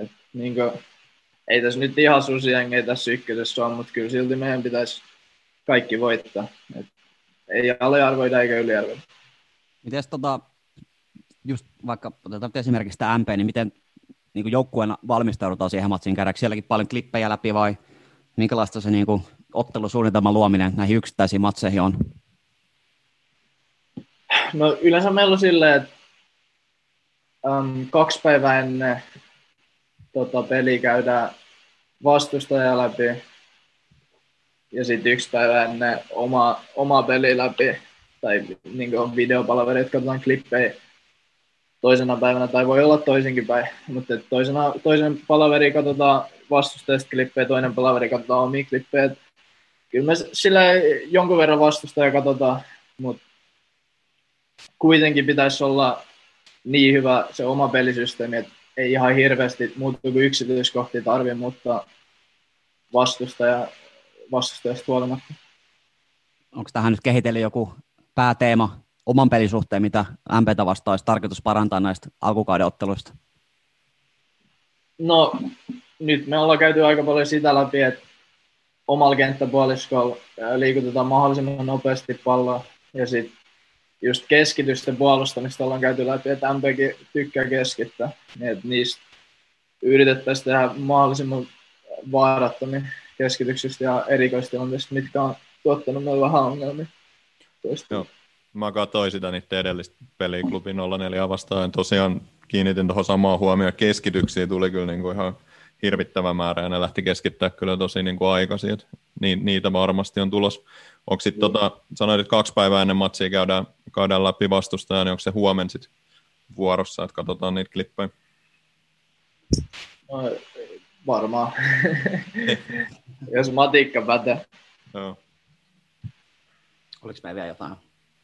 Ei tässä nyt ihan susijengejä tässä ykkösessä ole, mutta kyllä silti meidän pitäisi kaikki voittaa. Ei aliarvoida eikä yliarvoida. Mites just vaikka otetaan esimerkiksi tämä MP, niin miten niin joukkueena valmistaudutaan siihen matsiin? Käydäänkö sielläkin paljon klippejä läpi vai minkälaista se niin ottelusuunnitelman luominen näihin yksittäisiin matseihin on? No yleensä meillä on silleen, että 2 päivää ennen peliä käydään vastustaja läpi ja sitten 1 päivä ennen oma peli läpi tai niin on videopalaverit, katsotaan klippejä toisena päivänä tai voi olla toisinkin päin, mutta toisen palaveri katsotaan vastustajasta klippejä, toinen palaveri katsotaan omia klippejä. Kyllä me sillä jonkun verran vastustaja katsotaan, mutta kuitenkin pitäisi olla niin hyvä se oma pelisysteemi, että ei ihan hirveästi muuttuu kuin yksityiskohtia tarvitse muuttaa vastustajasta huolimatta. Onko tähän nyt kehitellyt joku pääteema oman pelisuhteen, mitä MP:tä vastaan olisi tarkoitus parantaa näistä alkukauden otteluista? No, nyt me ollaan käyty aika paljon sitä läpi, että omalla kenttäpuoliskolla liikutetaan mahdollisimman nopeasti palloa ja sitten just keskitysten puolustamista ollaan käyty läpi, että MPkin tykkää keskittää, niin että niistä yritettäisiin tehdä mahdollisimman vaarattomia keskityksistä ja erikoistilanteista, mitkä on tuottanut meille vähän ongelmia. Joo. Mä katsoin sitä niiden edellistä peliklubi 04 vastaan. Tosiaan kiinnitin tuohon samaan huomioon. Keskityksiä tuli kyllä niin kuin ihan hirvittävä määrä ja ne lähti keskittää kyllä tosi niin kuin aikaisin. Niitä varmasti on tulos. Onko sitten sanoit, että 2 päivää ennen matsia käydään läpi vastustajaa, niin onko se huomenna sitten vuorossa, että katsotaan niitä klippejä? No, varmaan. Jos matikka pätee. Joo. Oliko meillä vielä jotain?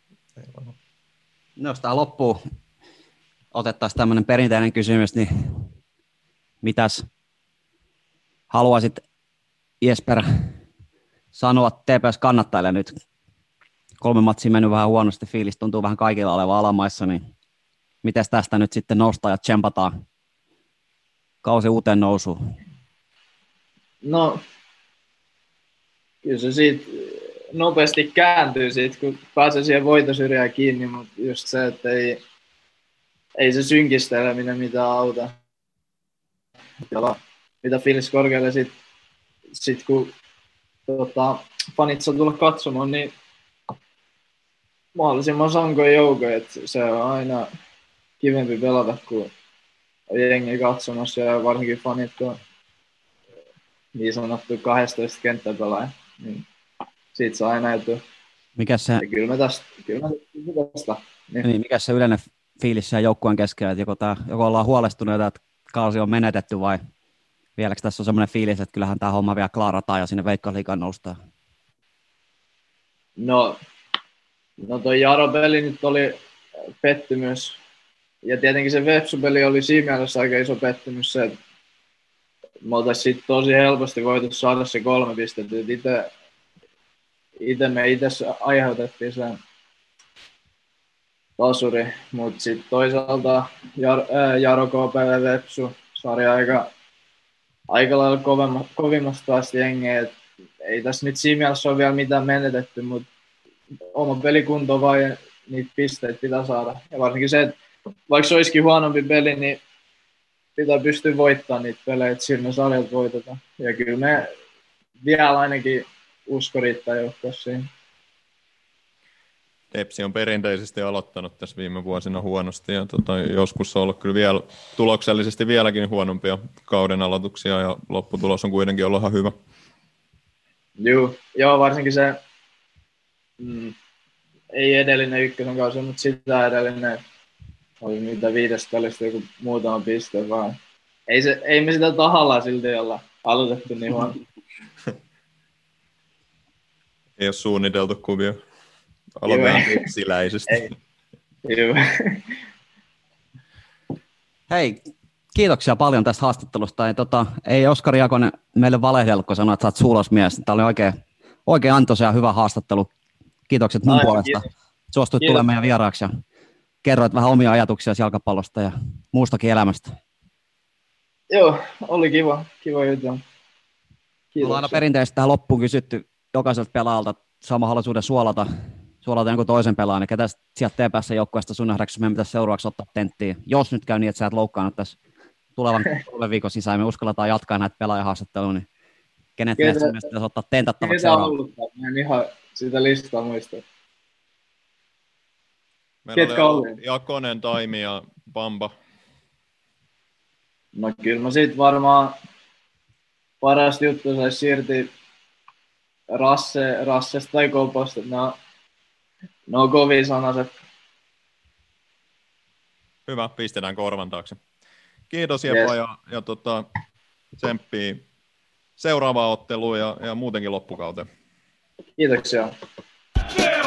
No, jos tämä loppuu, otettaisiin tämmöinen perinteinen kysymys, niin mitäs haluaisit, Jesper, sanoa TPS-kannattajille nyt? 3 matsia mennyt vähän huonosti, fiilis tuntuu vähän kaikilla olevan alamaissa, niin miten tästä nyt sitten noustaan ja tsempataan kausi uuteen nousuun? No, kyllä se siitä nopeasti kääntyy siitä, kun pääsee siihen voitosyrjään kiinni, mutta just se, että ei se synkisteleminen mitään auta. mitä fiilis korkealle sit kun fanit saa tulla katsomaan, niin mahdollisimman sankoin joukoin, että se on aina kivempi pelata, kun on jengi katsomassa ja varsinkin fanit, kun niin sanottu 12 kenttäpelaaja, niin siitä saa aina etu. Mikäs se, kyllä me tästä. Niin, mikäs se yleinen fiilis siellä joukkueen keskellä, että joko ollaan huolestuneita, että kausi on menetetty vai vieläkö tässä on semmoinen fiilis, että kyllähän tämä homma vielä klaarataan ja sinne Veikkausliigaan noustaan? No toi Jaro-peli nyt oli pettymys. Ja tietenkin se Vepsu-peli oli siinä mielessä aika iso pettymys se, että me oltaisiin tosi helposti voitu saada se 3 pistettä. Me itse aiheutettiin sen tasuri, mutta sitten toisaalta Jaro, KPV, Vepsu sarja aika lailla kovimmasta päästä jengeä. Ei tässä nyt siinä mielessä ole vielä mitään menetetty, mutta oma pelikunto vaan ja niitä pisteitä pitää saada. Ja varsinkin se, että vaikka se olisikin huonompi peli, niin pitää pystyä voittamaan niitä pelejä, että sillä me sarjat voitetaan. Ja kyllä me vielä ainakin usko riittää joukkueessa siihen. Tepsi on perinteisesti aloittanut tässä viime vuosina huonosti ja joskus on ollut kyllä vielä tuloksellisesti vieläkin huonompia kauden aloituksia ja lopputulos on kuitenkin ollut ihan hyvä. Joo, varsinkin se ei edellinen ykkösen kausi, mutta sitä edellinen oli mitä 5 pelistä joku muutama piste vaan. Ei me sitä tahallaan silti olla aloitettu niin huono. Ei ole suunniteltu kuvio. Aloitetaan tepsiläisesti. Joo. Hei, kiitoksia paljon tästä haastattelusta. Ei Oskari Jakonen meille valehdellut, kun sanoi, että sä oot suulosmies. Tämä oli oikein antoisa ja hyvä haastattelu. Kiitokset mun puolesta. Suostuit tulemaan meidän vieraaksi ja kerroit vähän omia ajatuksia jalkapallosta ja muustakin elämästä. Joo, oli kiva juttu. Ollaan aina perinteisesti tähän loppuun kysytty jokaiselta pelaajalta saa mahdollisuuden suolata jonkun toisen pelaajan. Ketä sieltä TPS joukkueesta sun nähdäksesi meidän pitäisi seuraavaksi ottaa tenttiin? Jos nyt käy niin, että sä et loukkaannut tässä tulevan 3 viikon sisään, me uskalletaan jatkaa näitä pelaajahaastatteluja, niin kenet meistä sun mielestä pitäisi ottaa tentattavaksi seuraavaksi? Mä en ihan sitä listaa muista. Meillä oli Jakonen, Taimi ja Bamba. No kyllä mä siitä varmaan parasta juttu saisi siirtyä Rassesta tai Koposta. Ne on kovia sanaset. Hyvä, pistetään korvan taakse. Kiitos Jepa ja tsemppii seuraavaan otteluun ja muutenkin loppukauteen. Kiitoksia.